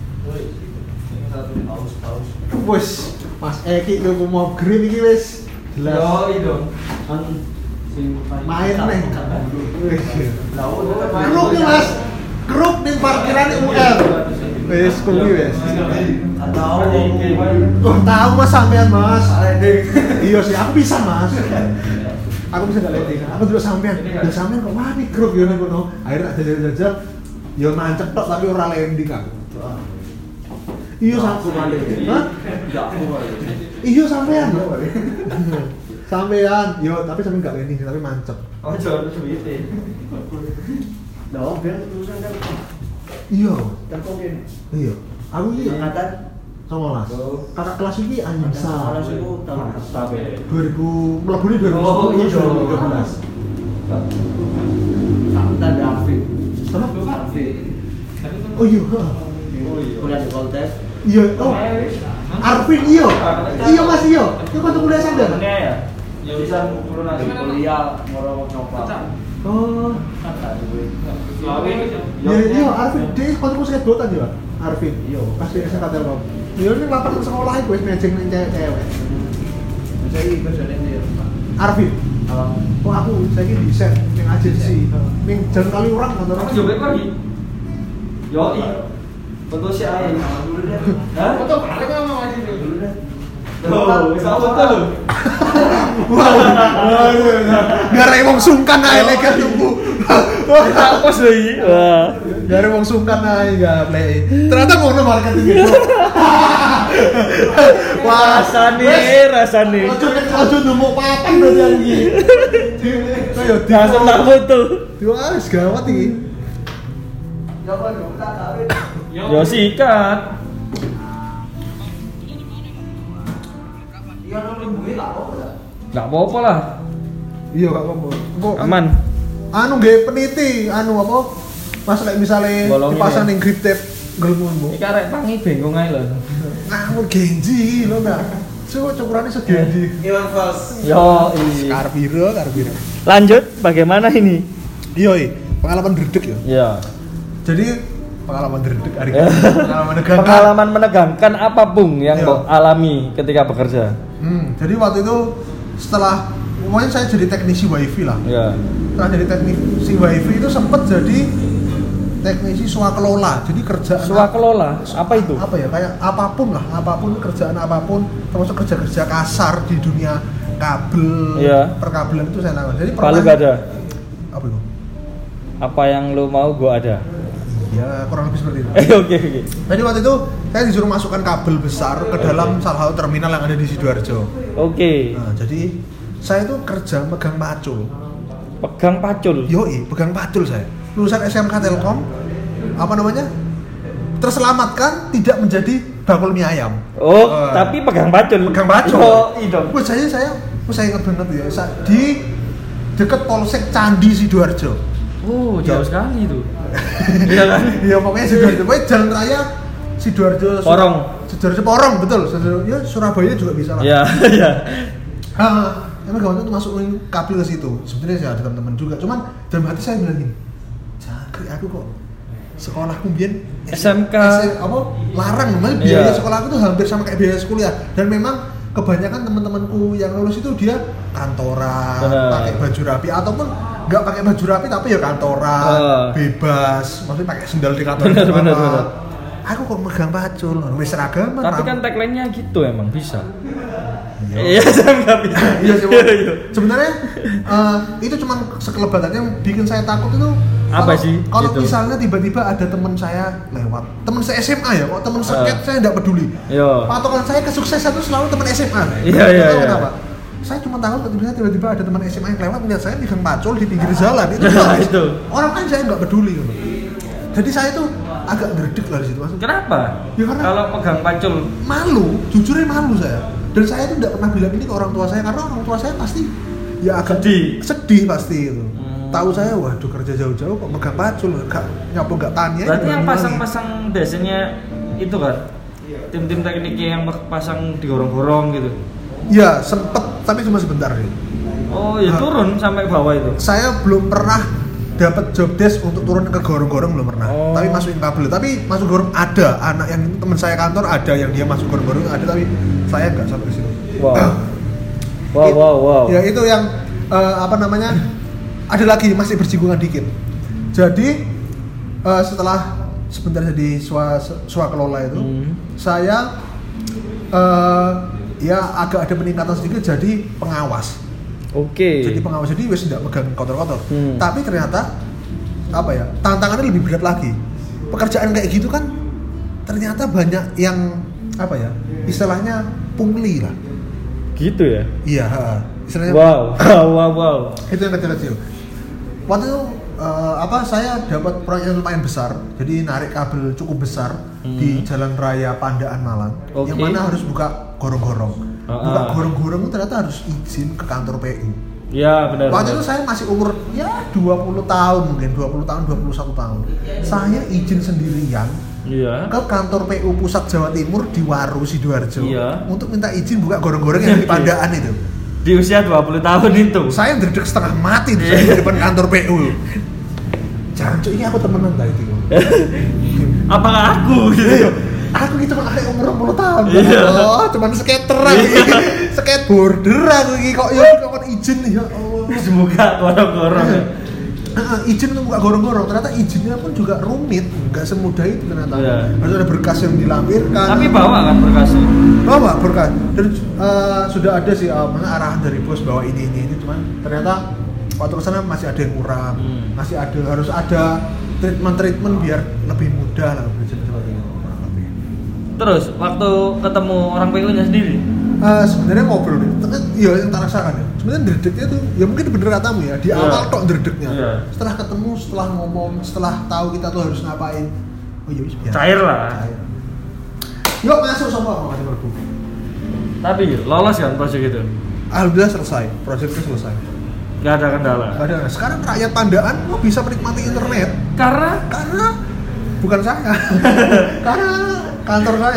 Wis, Mas Eki lu mau green iki wis. Jelas. Yo, itu. Main nih. Grup nih Mas. Grup. ning parkiran UL. Wis kuwi wis. Tahu Mas sampean Mas. Iya sih aku bisa Mas. Aku bisa gak landing. Aku dulu sampean. Ya sampean kok wani grup yo ning kono. Akhirnya tak jajal-jajal yo mancep tok tapi ora landing aku. Iya sampean. Hah? Iya sampean. Sampean, yo tapi sampean gak landing tapi mancep. Oh, jangan suwite. Nah, biar tulisan kan. Iya. Kan kok kene. Iya. Aku iki Angkatan 19. Kakak kelas iki Anyisa. Kelas itu tahun berapa? 2000 mlebune 2010 Oh, iya. 2013. Angkatan David. Apa? David. Oh iya. Kuliah di Poltek. Iya. Oh. Arvin iya. Iya Mas iya. Itu kan kuliah sampean. Temennya ya? Ya bisa turun Di aja. kuliah mau nyoba. Oh. Ada duit. Iya iya Arvin dia konco skateboardan ya. Arvin. Iya. Pasti SMK Telkom. Iya ning lapangan sekolah iku wis mejeng ning cewek. Saya ini kerjanya di Arvin. alam. Oh aku saiki di set ning agensi. Ning jalan kali orang kantor. Aku joget lagi. Yoi. Foto si Ain. Hah? Foto balik sama Mas ini. Dulu deh. Tuh, bisa foto lho. Gara wong sungkan ae lek ketemu. Kita pos lho iki. Wah. Gara wong sungkan ae gak play. Ternyata ngono marketing gitu. Wah, rasane. Ojo nemu papan berarti yang iki. Kayak Langsung tak foto. wis gawat iki. Coba dong, tak kawin. Yo sikat. Iya, nang limbuke tak apa dah. Enggak apa-apa lah. Iya gak apa-apa. Kok Aman. anu nggih peniti, anu apa? Pas lek misale Bolongin dipasang ya. ning grip tape gelembungmu. Iki arek pangi bengong ae lho. Ngawur genji lho Mbak. Coba cukurane segenji. Iwan Fals. Yo, iya. Karbiro. Lanjut, bagaimana ini? Iya, pengalaman dredeg ya. Ya. Jadi pengalaman dredeg hari ini. Pengalaman menegangkan. Pengalaman menegangkan apapun yang Iya. Mbok alami ketika bekerja. Jadi waktu itu setelah pokoknya saya jadi teknisi wifi lah. Ya. Setelah jadi teknisi wifi itu sempat jadi teknisi swakelola. Jadi kerjaan Swakelola, apa itu? apa ya kayak apapun lah, apapun kerjaan apapun, termasuk kerja-kerja kasar di dunia kabel, Iya. perkabelan itu saya lakukan. Jadi Palu gak ada. Apa itu? Apa yang lo mau gua ada. Ya kurang lebih seperti itu. Oke. Jadi waktu itu saya disuruh masukkan kabel besar ke dalam salah satu terminal yang ada di Sidoarjo. Oke. Nah, jadi saya itu kerja megang pacul. Pegang pacul. Yoi, pegang pacul saya. Lulusan SMK Telkom, apa namanya? Terselamatkan tidak menjadi bakul mie ayam. Oh, tapi pegang pacul. Pegang pacul. Oh, iya. Wah, saya ingat banget ya. Di dekat Polsek Candi Sidoarjo. Oh, jauh Iya. sekali itu. Iya kan? Iya, pokoknya Sidoarjo. Pokoknya jalan raya Sidoarjo. Porong. Sidoarjo Porong, betul. Ya, Surabaya juga bisa lah. Iya, iya. Emang gawat itu masukin kabel ke situ. Sebenarnya saya ada teman-teman juga. Cuman dalam hati saya bilang gini, jangkrik aku kok sekolahku biyen SMK. apa larang namanya biaya Iya. sekolahku tuh hampir sama kayak biaya kuliah. Dan memang kebanyakan teman-temanku yang lulus itu dia kantoran, Benar. pakai baju rapi ataupun nggak pakai baju rapi tapi ya kantoran, bebas, maksudnya pakai sendal di kantor. Benar. Aku kok megang pacul, wis seragaman. Tapi Ram. kan tagline-nya gitu emang bisa. Iya. Iya, saya nggak bisa. Iya sih, Bang. Sebenarnya itu cuma sekelebatan yang bikin saya takut itu Apa kalau- sih Kalau gitu? misalnya tiba-tiba ada teman saya lewat, teman saya SMA ya, kok teman seket saya nggak peduli. Iya. Patokan saya kesuksesan itu selalu teman SMA. Iya, Nggak iya, tahu iya. kenapa. Saya cuma tahu ketika tiba-tiba ada teman SMA yang lewat melihat saya megang pacul di pinggir jalan itu. Nah, jelas. itu. Orang kan saya nggak peduli gitu. Jadi saya tuh agak dredeg lah di situ maksudnya. Kenapa? Ya, karena- Kalau pegang pacul. Malu, jujurnya malu saya. Dan saya tuh tidak pernah bilang ini ke orang tua saya karena orang tua saya pasti ya agak sedih pasti itu. Tahu saya, waduh kerja jauh-jauh kok megang pacul, gak nyapu gak tani aja. Berarti yang berani. pasang-pasang biasanya itu kan tim-tim tekniknya yang pasang digorong-gorong gitu. Ya sempet, tapi cuma sebentar sih. Oh, ya turun sampai bawah itu. Saya belum pernah dapat job desk untuk turun ke gorong-gorong belum pernah. Oh. Tapi masukin kabel. Tapi masuk gorong ada anak yang teman saya kantor ada yang dia masuk gorong-gorong ada tapi saya nggak sampai ke situ. Wow. Wow. Ya itu yang apa namanya? Ada lagi masih bersinggungan dikit. Jadi setelah sebentar jadi swakelola itu, saya ya agak ada peningkatan sedikit jadi pengawas. Oke. Jadi pengawas, jadi wes tidak megang kotor-kotor. Tapi ternyata apa ya, tantangannya lebih berat lagi. Pekerjaan kayak gitu kan ternyata banyak yang apa ya, istilahnya pungli lah. Gitu ya? Iya, istilahnya. Wow. Itu yang kecil-kecil. Waktu itu saya dapat proyek yang lumayan besar. Jadi narik kabel cukup besar di Jalan Raya Pandaan Malang. Yang mana harus buka gorong-gorong. Buka gorong-gorong itu ternyata harus izin ke kantor PU. Iya, benar. Waktu itu saya masih umur ya 20 tahun mungkin, 20 tahun, 21 tahun. Saya izin sendirian ke kantor PU Pusat Jawa Timur di Waru Sidoarjo untuk minta izin buka gorong-gorong yang di Pandaan itu. Di usia 20 tahun itu. Saya dredeg setengah mati di depan kantor PU. Jancuk, ini aku temenan tadi itu. Apakah aku gitu? Aku gitu makanya umur 20 tahun. Oh, cuman skater lagi. Skateboarder aku iki kok izin ya Allah. Semoga gorong-gorong. Izin untuk buka gorong-gorong, ternyata izinnya pun juga rumit, nggak semudah itu ternyata. Harus ada berkas yang dilampirkan. Tapi bawa kan berkasnya? Bawa berkas. Dan sudah ada sih arahan dari bos bahwa ini, cuman ternyata waktu kesana masih ada yang kurang, masih ada, harus ada treatment biar lebih mudah lah seperti itu. Terus waktu ketemu orang PU-nya sendiri? Sebenarnya ngobrol nih, tapi ya yang tak rasakan ya. Sebenarnya dredegnya tuh, ya mungkin bener katamu ya, di awal tok dredegnya. Setelah ketemu, setelah ngomong, setelah tahu kita tuh harus ngapain, oh ya biasa. Cair lah. Yuk masuk sama masih berbu. Tapi lolos kan proyek itu? Alhamdulillah selesai, proyeknya selesai. Gak ada kendala. Gak ada. Sekarang rakyat Pandaan bisa menikmati internet. Karena bukan saya. Karena kantor saya.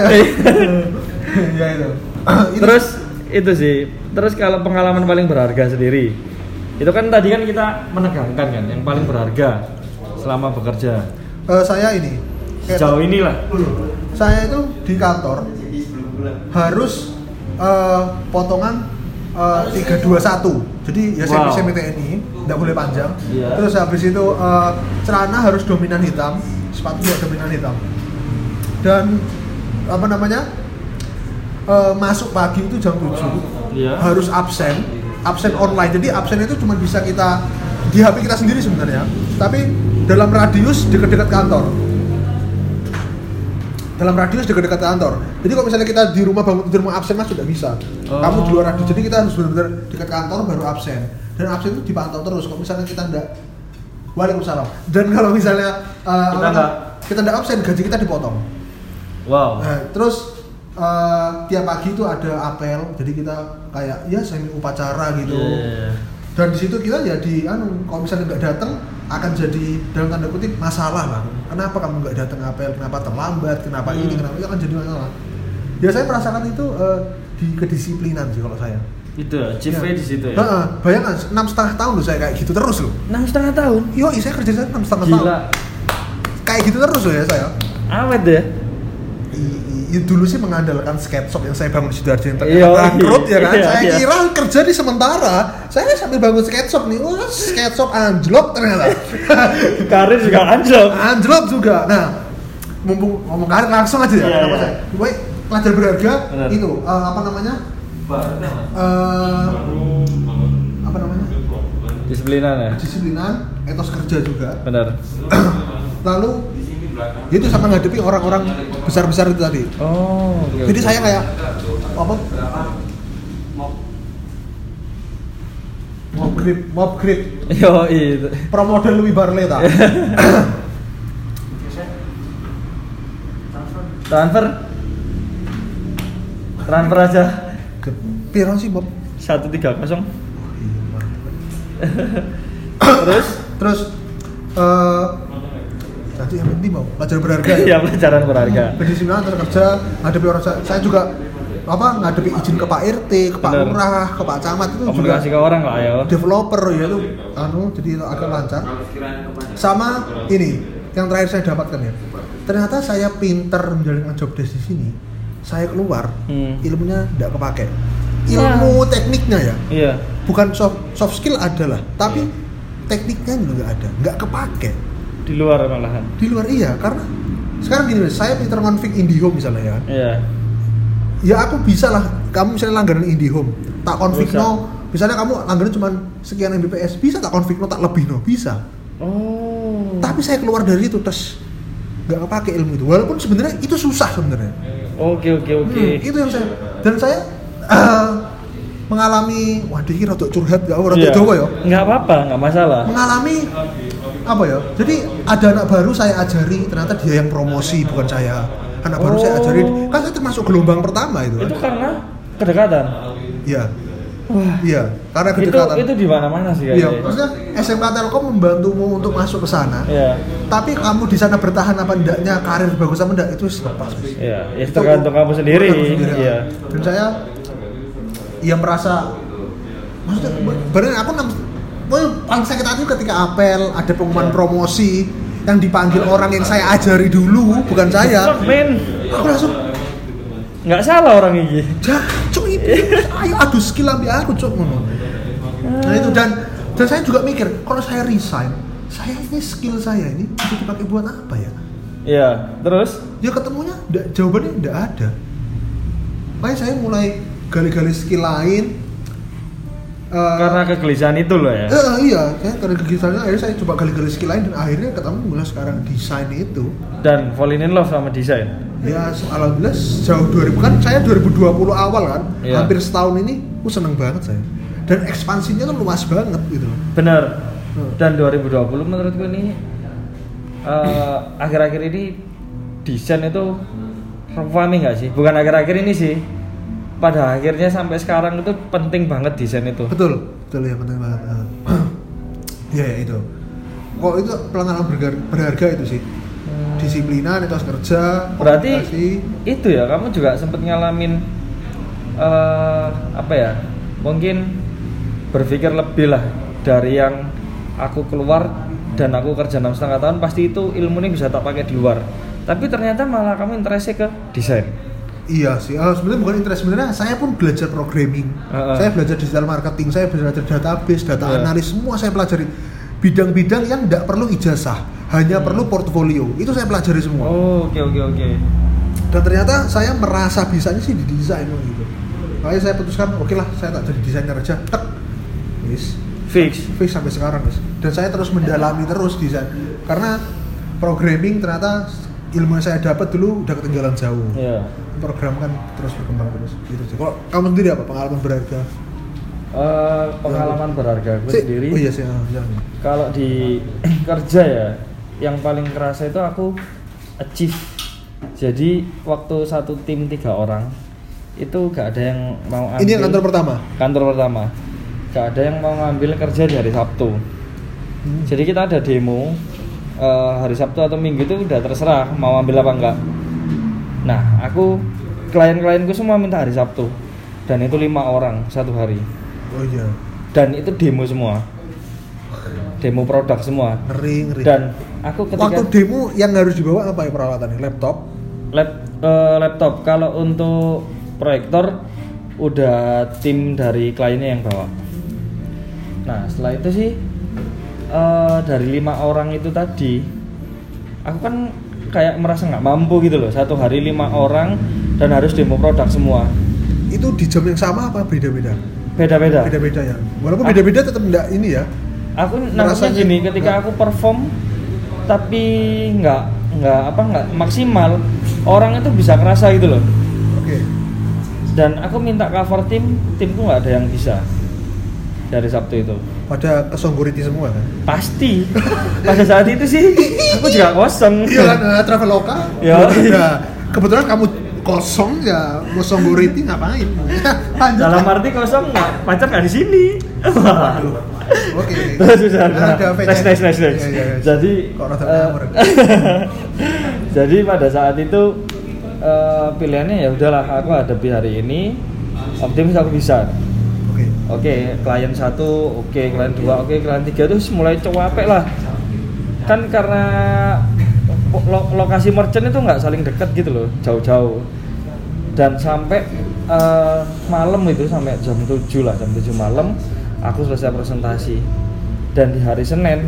Ya itu. Terus itu sih. Terus kalau pengalaman paling berharga sendiri, itu kan tadi kan kita menegangkan kan, yang paling berharga selama bekerja. Saya ini. Sejauh inilah. Saya itu di kantor harus potongan 321. Jadi ya semi TNI, nggak boleh panjang. Terus habis itu celana harus dominan hitam, sepatu juga dominan hitam. Dan apa namanya? Masuk pagi itu jam 7 harus absen online. Jadi absen itu cuma bisa kita di HP kita sendiri sebenarnya, tapi dalam radius dekat-dekat kantor. Jadi kalau misalnya kita di rumah bangun tidur mau absen mas sudah bisa. Kamu di luar radius. Jadi kita harus benar-benar dekat kantor baru absen. Dan absen itu dipantau terus. Kalau misalnya kita enggak, waalaikumsalam. Dan kalau misalnya kita enggak absen, gaji kita dipotong. Wow. Terus tiap pagi itu ada apel, jadi kita kayak ya semi upacara gitu. Dan di situ kita ya kalau misalnya nggak datang akan jadi dalam tanda kutip masalah lah. Kenapa kamu nggak datang apel? Kenapa terlambat? Kenapa ini? Kenapa itu akan jadi masalah. Ya saya merasakan itu di kedisiplinan sih kalau saya. Itu chiefnya di situ ya. Bayangkan 6,5 tahun loh saya kayak gitu terus loh. 6,5 tahun? Yo, saya kerja saya 6,5 tahun. Kayak gitu terus loh ya saya. Awet deh. Dulu sih mengandalkan sketshop yang saya bangun di Sidoarjo yang bangkrut ya kan. Saya kira kerja di sementara, saya sambil bangun sketshop nih, sketshop anjlok ternyata. Karir juga anjlok juga. Nah, mumpung ngomong karir langsung aja ya. Gue pelajar berharga itu apa namanya? Disiplinan, etos kerja juga. Benar. Lalu itu sama ngadepi orang-orang besar-besar itu tadi. Jadi saya kayak apa? Mob grip. Yo itu. Promodel Louis Barletta. Transfer aja. Piro sih, Bob? 130. Terus nanti yang penting mau pelajaran berharga ya? Iya, pelajaran berharga. Kedisiplinan terus kerja, ngadepi orang saya juga ngadepi izin ke Pak RT, ke Pak Lurah, ke Pak Camat itu komunikasi juga ke orang lah ya. Developer ya itu jadi agak lancar. Sama ini yang terakhir saya dapatkan ya. Ternyata saya pinter menjalankan job desk di sini. Saya keluar, ilmunya tidak kepake. Ilmu tekniknya ya. Iya. Bukan soft skill adalah, tapi tekniknya juga nggak ada, nggak kepake. Di luar malahan. Di luar iya, karena sekarang gini, saya pinter ngonfig IndiHome misalnya ya. Iya. Ya aku bisa lah, kamu misalnya langganan IndiHome, tak config Bisa. no, misalnya kamu langganan cuma sekian Mbps, bisa tak config no, tak lebih no, bisa. Oh. Tapi saya keluar dari itu terus nggak kepake ilmu itu, walaupun sebenarnya itu susah sebenarnya. Oke. Itu yang saya, dan saya mengalami, waduh ini rada curhat gak, rada Iya. Jawa ya. Nggak apa-apa, nggak masalah. Mengalami apa ya? Jadi ada anak baru saya ajari, ternyata dia yang promosi bukan saya. Anak baru saya ajari, kan saya termasuk gelombang pertama itu. Itu karena kedekatan. Iya. Wah. Iya, karena kedekatan. Itu di mana-mana sih Iya, kayaknya. maksudnya SMK Telkom membantumu untuk masuk ke sana. Iya. Tapi kamu di sana bertahan apa enggaknya, karir bagus apa enggak, itu lepas. Iya, ya tergantung kamu sendiri. Iya. Dan saya merasa, maksudnya benar aku paling sakit hati ketika apel ada pengumuman promosi yang dipanggil orang yang saya ajari dulu, bukan saya. Fuck, man. Aku langsung Nggak salah orang ini. cuk itu, ayo adu skill ambil aku cuk ngono. Nah itu dan saya juga mikir, kalau saya resign, saya ini skill saya ini bisa dipakai buat apa ya? Iya, terus? Ya ketemunya jawabannya enggak ada. Makanya saya mulai gali-gali skill lain. Karena kegelisahan itu loh ya. Iya, karena kegelisahannya akhirnya saya coba gali-gali skill lain dan akhirnya ketemu mulai sekarang desain itu. Dan falling in love sama desain. Ya, alhamdulillah jauh 2000 kan saya 2020 awal kan, Iya. hampir setahun ini, seneng banget saya. Dan ekspansinya tuh luas banget gitu. Benar. Dan 2020 menurutku ini akhir-akhir ini desain itu rame nggak sih? Bukan akhir-akhir ini sih. Pada akhirnya sampai sekarang itu penting banget desain itu. Betul ya, penting banget. Iya ya itu. Kok itu pengalaman berharga itu sih. Disiplinan, etos kerja. Berarti komunikasi. itu ya, kamu juga sempat ngalamin apa ya? Mungkin berpikir lebih lah dari yang aku keluar dan aku kerja 6,5 tahun, pasti itu ilmu ini bisa tak pakai di luar. Tapi ternyata malah kamu interestnya ke desain. Iya sih, sebenarnya bukan interest, sebenarnya saya pun belajar programming, saya belajar digital marketing, saya belajar database, data analis, semua saya pelajari. Bidang-bidang yang tidak perlu ijazah, hanya perlu portfolio, itu saya pelajari semua. Oh, oke. Dan ternyata saya merasa bisanya sih di desain gitu. Makanya saya putuskan, oke lah, saya tak jadi desainer aja. Tek, fix sampai sekarang guys. Dan saya terus mendalami terus desain, karena programming ternyata ilmu yang saya dapat dulu udah ketinggalan jauh. Iya. Program kan terus berkembang terus gitu sih. Kalau kamu sendiri apa pengalaman berharga? Pengalaman berharga gue sendiri. Oh iya sih, Kalau di kerja ya, yang paling kerasa itu aku achieve. Jadi waktu satu tim 3 orang itu gak ada yang mau ambil. Ini yang kantor pertama. Kantor pertama. Gak ada yang mau ngambil kerja di hari Sabtu. Jadi kita ada demo hari Sabtu atau Minggu itu udah terserah mau ambil apa enggak. Nah, klien-klienku semua minta hari Sabtu. Dan itu 5 orang satu hari. Oh iya. Dan itu demo semua. Demo produk semua. Ngeri. Dan aku ketika waktu demo yang harus dibawa apa ya peralatannya? Laptop? Laptop. Kalau untuk proyektor udah tim dari kliennya yang bawa. Nah, setelah itu sih dari 5 orang itu tadi, aku kan kayak merasa nggak mampu gitu loh. Satu hari 5 orang dan harus demo produk semua. Itu di jam yang sama apa beda-beda? Beda-beda. Beda-beda ya. Walaupun beda-beda tetap enggak ini ya. Aku nangkepnya gini, ketika aku perform tapi nggak maksimal, orang itu bisa ngerasa gitu loh. Oke. Dan aku minta cover timku nggak ada yang bisa dari Sabtu itu. Pada kesongguriti semua kan? Pasti. Pada saat itu sih aku juga kosong. Iya kan, Traveloka. Ya. Nah, kebetulan kamu kosong ya, mau songguriti ngapain? Lanjut. Dalam arti kosong nggak, pacar nggak di sini. Oke. Terus sudah. Ada Next. Iya. Jadi kok rada ngawur. jadi pada saat itu pilihannya ya udahlah, aku hadapi hari ini, optimis aku bisa. Oke, klien 1, oke, klien 2, oke, klien 3 tuh mulai capek lah. Kan karena lokasi merchant itu nggak saling dekat gitu loh, jauh-jauh. Dan sampai malam itu, sampai jam 7 malam aku selesai presentasi. Dan di hari Senin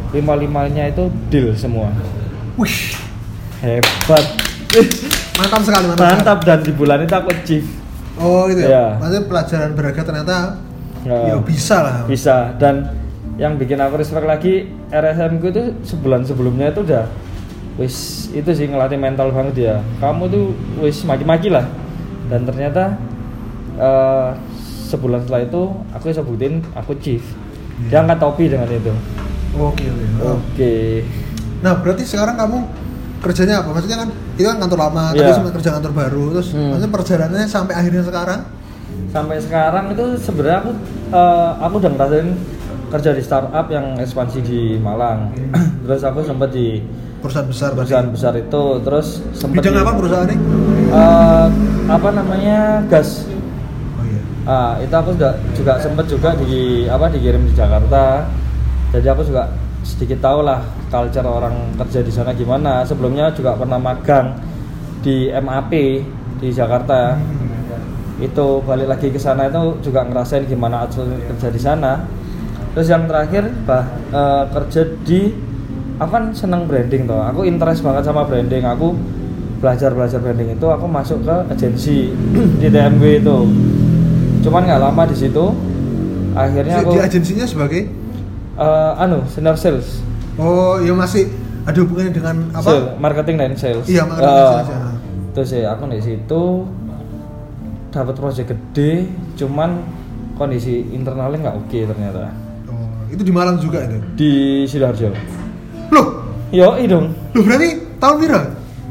5-5-nya itu deal semua. Wih, Hebat. mantap sekali, Mantap, dan di bulan itu aku achieve. Oh gitu ya. Iya. Maksudnya pelajaran berharga ternyata ya bisa lah. Bisa. Dan yang bikin aku respect lagi, RSM ku itu sebulan sebelumnya itu udah wis itu sih ngelatih mental banget dia. Kamu tuh wis maki-maki lah. Dan ternyata sebulan setelah itu aku bisa buktiin aku chief. Dia angkat topi dengan itu. Oke. Oke. Nah, berarti sekarang kamu kerjanya apa? Maksudnya kan itu kan kantor lama, Iya. tadi sempat kerja kantor baru, terus maksudnya perjalanannya sampai akhirnya sekarang? Sampai sekarang itu sebenarnya aku udah ngerasain kerja di startup yang ekspansi di Malang. Terus aku sempat di Perusahaan besar itu, terus sempat bidang apa perusahaannya? apa namanya, gas. Oh iya. Itu aku juga sempat juga dikirim di Jakarta. Jadi aku juga sedikit tahu lah culture orang kerja di sana gimana. Sebelumnya juga pernah magang di MAP di Jakarta. Itu balik lagi ke sana itu juga ngerasain gimana kerja di sana. Terus yang terakhir kerja di, aku kan seneng branding toh. Aku interest banget sama branding. Aku belajar branding itu, aku masuk ke agensi di TMW itu. Cuman nggak lama di situ. Akhirnya aku di agensinya sebagai senior sales. Oh, iya masih ada hubungannya dengan apa? Marketing dan sales. Iya, marketing dan sales. Ya. Terus ya aku di situ dapat proyek gede, cuman kondisi internalnya nggak oke ternyata. Oh, itu di Malang juga itu? Di Sidoarjo. Loh? Yoi dong. Loh, berarti tahun berapa?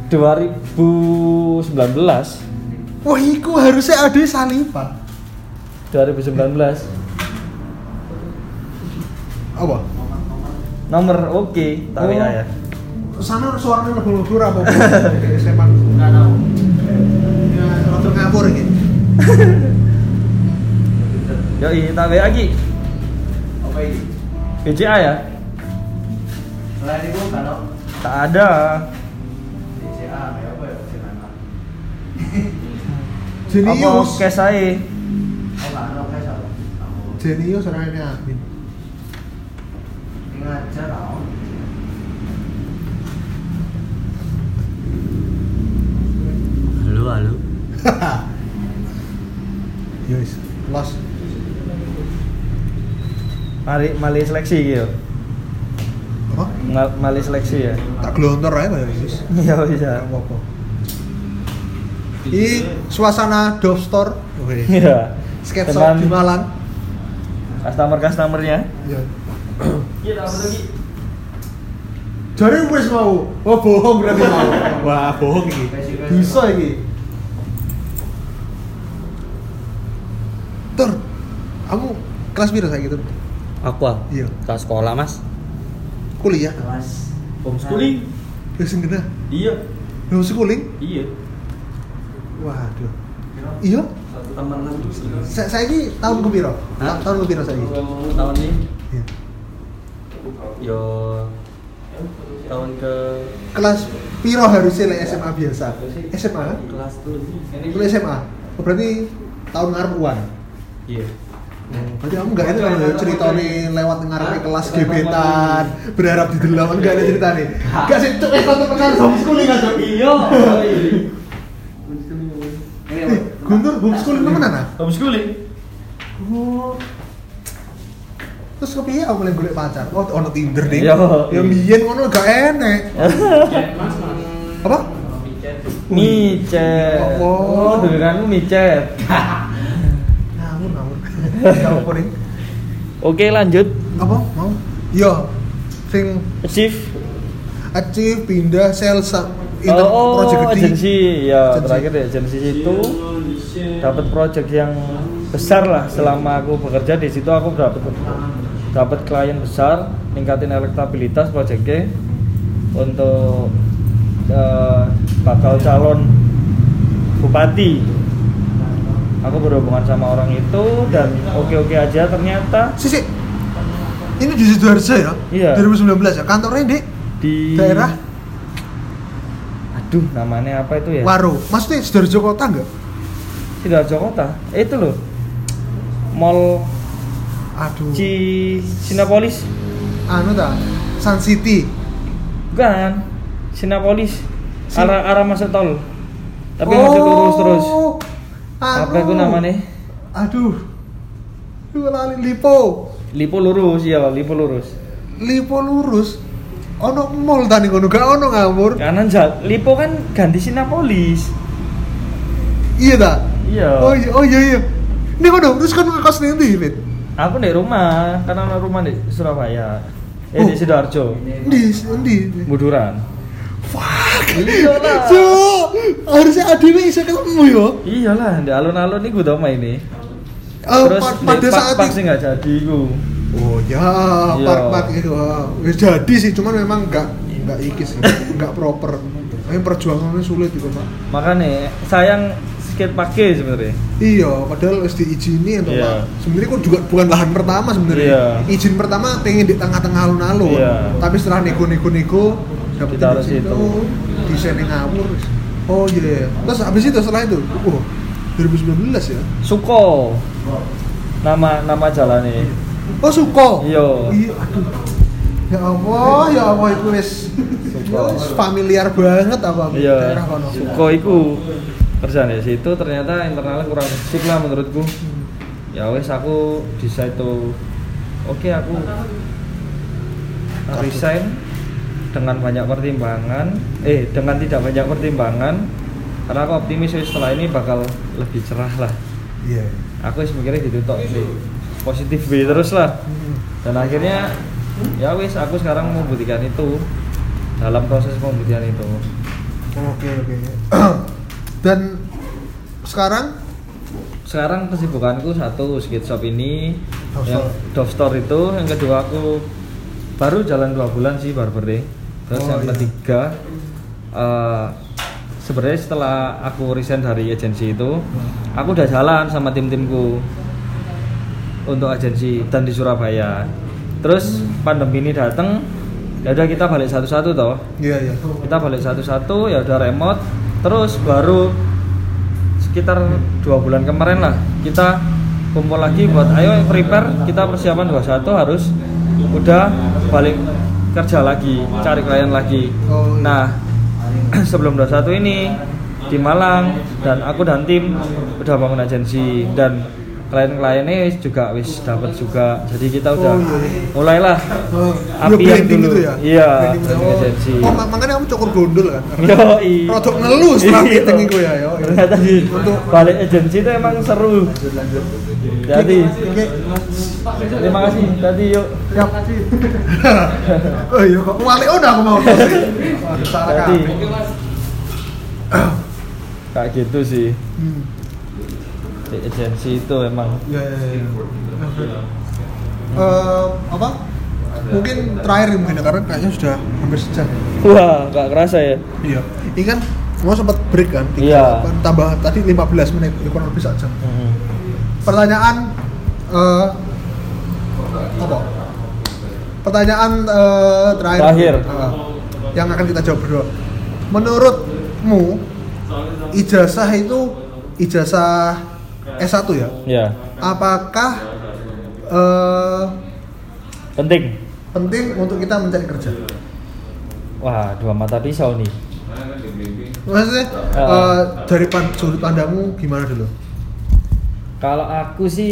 2019. Wah, iku harusnya ada Salipa. 2019. Apa? Nomor oke, tapi ya. Sana suaranya lebur-lebur apa? SMA. Enggak tahu. Ya, rotor ngapur iki. Yoi, tapi lagi. Apa ini? BCA ya? Selain itu kan no? Tak ada. DCA kayak apa ya? Apa? Jenius. Apa cash ae? Oh kan no kayak apa? Jenius orangnya admin. Ngajar tau. Halo. Yes, los. Mali seleksi gitu. Apa? Mali seleksi ya. Tak glontor aja kayak Yes. Iya bisa. Apa-apa. Ini suasana Dove Store. Iya. Skate shop di Malang. Customer-customernya. Iya. Iya, apa lagi? Jare wis mau. Oh, bohong berarti mau. Wah, bohong iki. Bisa iki. Tur. Kamu kelas piro saiki, Tur? Aku Iya. kelas sekolah, Mas. Kuliah. Kelas Homeschooling. Wis genah. Iya. Homeschooling? Iya. Waduh. Iya? Satu teman lagi. Saiki tahun kepiro? Hah? Tahun kepiro saiki? Tahun ini Iya. yo tahun ke Kelas piro harusnya lek SMA biasa? SMA kan? kelas tuh. Itu SMA. Oh, berarti tahun ngarep uan. Iya. Berarti kamu nggak itu kan ceritanya lewat ngarepe kelas gebetan, berharap didelawan nggak ada ceritanya. Nggak sih, cuk teman homeschooling kan, Cuk? Iya. Guntur homeschooling temenan ah? Homeschooling. Oh. Terus kepiye aku mulai golek pacar? Oh, ono Tinder ding. Iya. Ya biyen ngono gak enek. Apa? Micet. Oh. Dengeranmu micet. Ngawur. Kamu apa nih? Oke, lanjut. Apa? Mau? Yo. Sing achieve pindah sales project gede. agensi ya. Agensi. Terakhir di agensi itu dapat project yang besar lah. Selama aku bekerja di situ aku dapat klien besar, ningkatin elektabilitas projectnya untuk bakal calon bupati. Aku berhubungan sama orang itu dan oke aja ternyata. Sisi. Ini di Sidoarjo ya? Iya. 2019 ya. Kantornya Di daerah aduh namanya apa itu ya? Waro. Maksudnya Sidoarjo kota enggak? Sidoarjo kota. Itu loh. Mall Aduh. Sinapolis. Anu ta? Sun City. Bukan. Sinapolis. Arah masuk tol. Tapi masuk lurus terus. Apa itu namanya? Aduh. Lu lali Lipo. Lipo lurus, iya, Lipo lurus. Lipo lurus. Ono mall tadi kono gak ono ngawur. Kanan Lipo kan ganti Sinapolis. Iya tak? Iya. Oh iya. Ini kono terus kan ngekos ning ndi, Fit? Aku di rumah, karena ada rumah di Surabaya. Di Sidoarjo. Di Buduran. Fuck. Iya lah. So, harusnya ADW bisa ketemu yo. Iyalah, di alun-alun ini gue tau main ini. Terus pada saat pak sih nggak jadi gue. Oh ya, park itu. Wis jadi sih, cuman memang enggak ikis, enggak proper. Ini perjuangannya sulit gitu, Pak. Makanya sayang skate pakai sebenarnya. Iya, padahal wis diizini untuk Pak. Sebenarnya kok juga bukan lahan pertama sebenarnya. Izin pertama pengen di tengah-tengah alun-alun. Tapi setelah nego dapat itu desainnya ngawur. Oh iya. Terus habis itu setelah itu, 2019 ya. Suko. Nama jalannya. Oh, Suko. Iya. Aduh. Ya Allah itu wis familiar banget apa daerah kono. Suko iku kerjaan di situ ternyata internalnya kurang sip lah menurutku. Ya wes aku di situ. Oke, aku resign dengan banyak pertimbangan. Dengan tidak banyak pertimbangan. Karena aku optimis setelah ini bakal lebih cerah lah. Iya. Aku mikirnya gitu tok, positif B terus lah. Dan akhirnya ya wes aku sekarang membuktikan itu dalam proses pembuktian itu. Oke. Dan sekarang kesibukanku satu skate shop ini, yang Dove Store itu, yang kedua aku baru jalan 2 bulan sih barber. Terus yang ketiga sebenarnya setelah aku resign dari agensi itu, aku udah jalan sama tim-timku untuk agensi dan di Surabaya. Terus pandemi ini datang, ya udah kita balik satu-satu toh. Iya. Kita balik satu-satu, ya udah remote. Terus baru sekitar 2 bulan kemarin lah kita kumpul lagi buat ayo prepare, kita persiapan 21 harus udah balik kerja lagi, cari klien lagi. Nah, sebelum 21 ini di Malang dan aku dan tim udah bangun agensi dan klien-kliennya juga wis dapat juga. Jadi kita udah mulailah apian dulu. Gitu ya? Iya, agensi. Makanya kamu cukur gondol kan? Yoi. Rodok ngelus setelah meeting itu ya. Ternyata untuk balik agensi itu emang seru. Jadi terima kasih. Tadi yuk. Siap. Oh iya kok wali udah aku mau tos. Jadi kayak gitu sih. Di agensi itu emang. Ya. Apa? Mungkin terakhir mungkin karena kayaknya sudah hampir sejam. Wah, nggak kerasa ya? Iya. Ini kan semua sempat break kan? Iya. Tambah tadi 15 menit, kurang lebih sejam. Pertanyaan apa? Pertanyaan terakhir. Yang akan kita jawab berdua. Menurutmu ijazah itu ijazah S1 ya? Iya. Apakah penting untuk kita mencari kerja? Wah, 2 mata pisau nih. Maksudnya dari sudut pandangmu gimana dulu? Kalau aku sih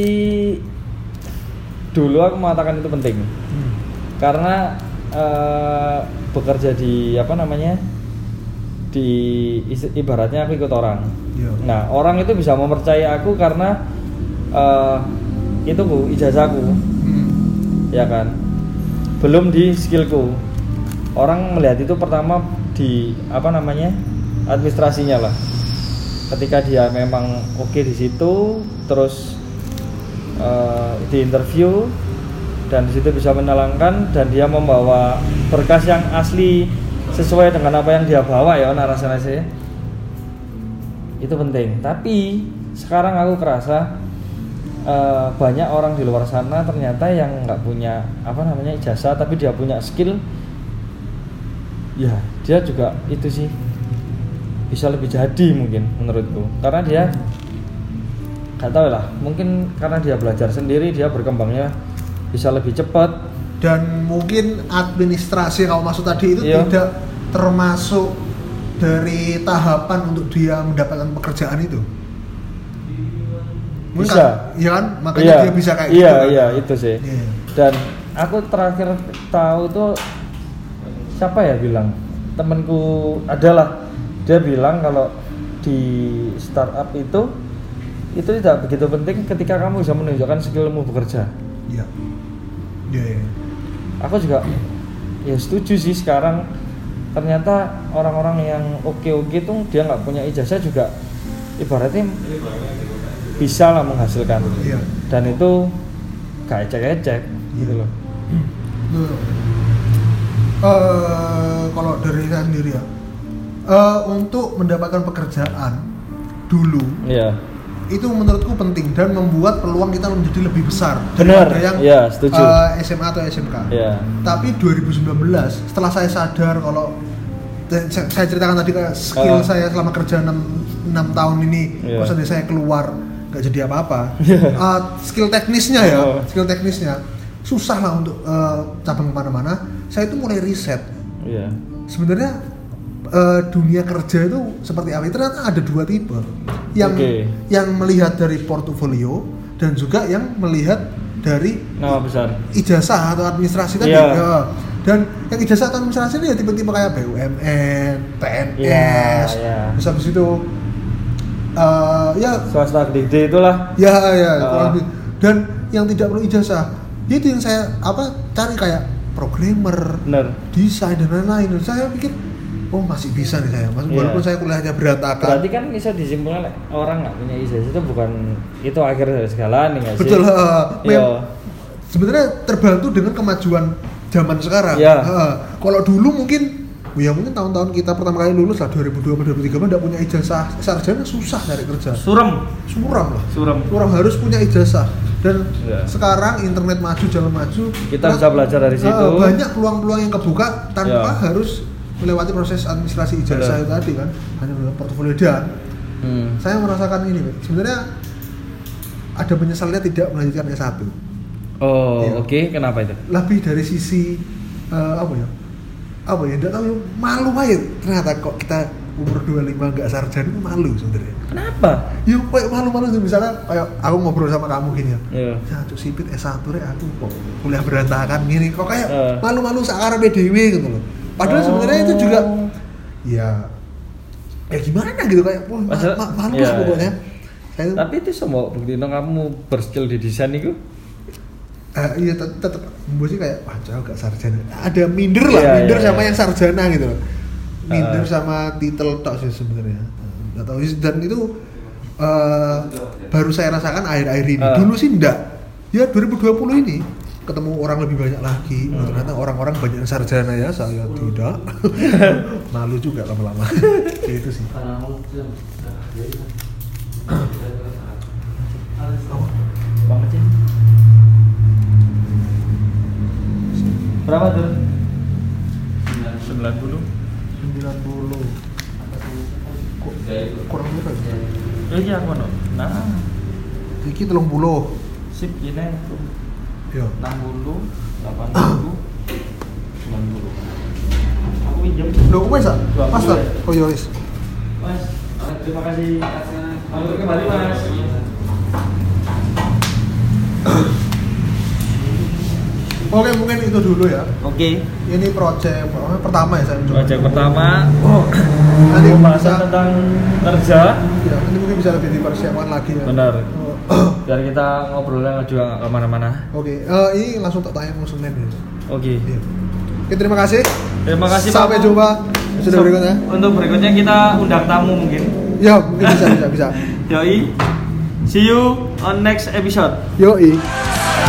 dulu aku mengatakan itu penting. Karena bekerja di di ibaratnya aku ikut orang. Iya. Nah, orang itu bisa mempercayai aku karena itu ijazahku. Ya kan? Belum di skillku. Orang melihat itu pertama di administrasinya lah. Ketika dia memang oke di situ, terus di interview dan di situ bisa menelangkan dan dia membawa berkas yang asli sesuai dengan apa yang dia bawa ya narasi-narasi itu penting. Tapi sekarang aku kerasa banyak orang di luar sana ternyata yang nggak punya ijazah tapi dia punya skill, ya dia juga itu sih bisa lebih jadi mungkin menurutku, karena dia nggak tahu lah, mungkin karena dia belajar sendiri dia berkembangnya bisa lebih cepat dan mungkin administrasi yang kamu maksud tadi itu Iya. tidak termasuk dari tahapan untuk dia mendapatkan pekerjaan itu. Mungkin Bisa. iya kan? Makanya dia bisa kayak gitu. Iya, Kan? iya, itu sih. Iya. Dan aku terakhir tahu tuh siapa ya bilang? Temenku adalah dia bilang kalau di startup itu tidak begitu penting ketika kamu bisa menunjukkan skillmu bekerja. Iya. Iya, iya. Aku juga ya setuju sih sekarang ternyata orang-orang yang oke-oke tuh dia nggak punya ijazah juga ibaratnya bisa lah menghasilkan. Iya. Dan itu gak ecek-ecek gitu loh. Kalau dari saya sendiri ya, untuk mendapatkan pekerjaan dulu Iya. itu menurutku penting dan membuat peluang kita menjadi lebih besar Benar. daripada yang Iya, setuju. SMA atau SMK. Iya. Tapi 2019 setelah saya sadar kalau saya ceritakan tadi kayak skill saya selama kerja 6 tahun ini, Iya. pas saya keluar nggak jadi apa-apa. Iya. Skill teknisnya ya, Oh. skill teknisnya susah lah untuk cabang kemana-mana. Saya itu mulai riset. Iya. Sebenarnya dunia kerja itu seperti apa? Ternyata ada dua tipe. Yang melihat dari portofolio dan juga yang melihat dari Nama besar. ijazah atau administrasi tadi. Iya. Ya. Dan yang ijazah atau administrasi ini ya tipe-tipe kayak BUMN, PNS, Iya. terus habis itu ya Swasta gede itulah. ya kurang lebih. Dan yang tidak perlu ijazah, itu yang saya cari kayak programmer, Bener. desain dan lain-lain. Dan saya pikir oh masih bisa nih saya, Iya. walaupun saya kuliahnya berantakan. Berarti kan bisa disimpulkan orang nggak punya ijazah itu bukan itu akhir dari segalanya nggak sih? Betul. Iya. Sebenarnya terbantu dengan kemajuan zaman sekarang. Iya. Kalau dulu mungkin tahun-tahun kita pertama kali lulus lah 2002 atau 2003 enggak punya ijazah sarjana susah cari kerja. Suram Suram lah. Suram. Harus punya ijazah. Dan Iya. sekarang internet maju, jalan maju. Kita bisa belajar dari situ. Banyak peluang-peluang yang kebuka tanpa Iya. harus melewati proses administrasi ijazah itu tadi kan. Hanya dengan portofolio dan saya merasakan ini, sebenarnya ada penyesalannya tidak melanjutkan S1. Oh, Iya. oke. Kenapa itu? Lebih dari sisi enggak tahu, malu aja ternyata kok kita umur 25 enggak sarjana itu malu sebenarnya. Kenapa? Yuk kayak malu-malu sih, misalnya kayak aku ngobrol sama kamu gini ya. Iya. Ya cuk sipit S1 rek aku kok kuliah berantakan gini kok kayak Eh. malu-malu sakarepe dhewe gitu loh. Padahal sebenarnya itu juga ya gimana gitu kayak malu Iya, lah pokoknya. Saya Tapi itu semua bukti kamu berskill di desain itu. iya tetap sih kayak wah jauh gak sarjana. Ada minder Iya, minder iya, sama iya. yang sarjana gitu loh. Minder sama titel tok sih sebenarnya. Enggak tahu sih, dan itu baru saya rasakan akhir-akhir ini. Dulu sih enggak. Ya 2020 ini ketemu orang lebih banyak lagi. Ternyata orang-orang banyak yang sarjana ya, saya tidak. Malu juga lama-lama. Itu sih. Bang kecil. Berapa tuh? 90. 90. Kok kurang berapa ya? Iya, ngono. Nah, Iki 30. sip ini tuh. Ya. 60, 80, 90. Aku pinjam. Loh, wes ah? 20 Pas tak? ya? Oh iya wes. Mas, terima kasih. Selamat kembali, Mas. Oke, mungkin itu dulu ya. Oke. Ini project pertama ya saya coba. Project pertama. Nanti Pembahasan bisa, tentang kerja. ya, nanti mungkin bisa lebih dipersiapkan lagi ya. Benar. Oh, Biar kita ngobrolnya juga nggak kemana-mana. Oke, ini langsung tak tanya mau Senin ya. Oke. Iya. Oke, terima kasih. Terima kasih, Pak. Sampai jumpa episode berikutnya. Untuk berikutnya kita undang tamu mungkin. Ya, mungkin bisa. Yoi. See you on next episode. Yoi.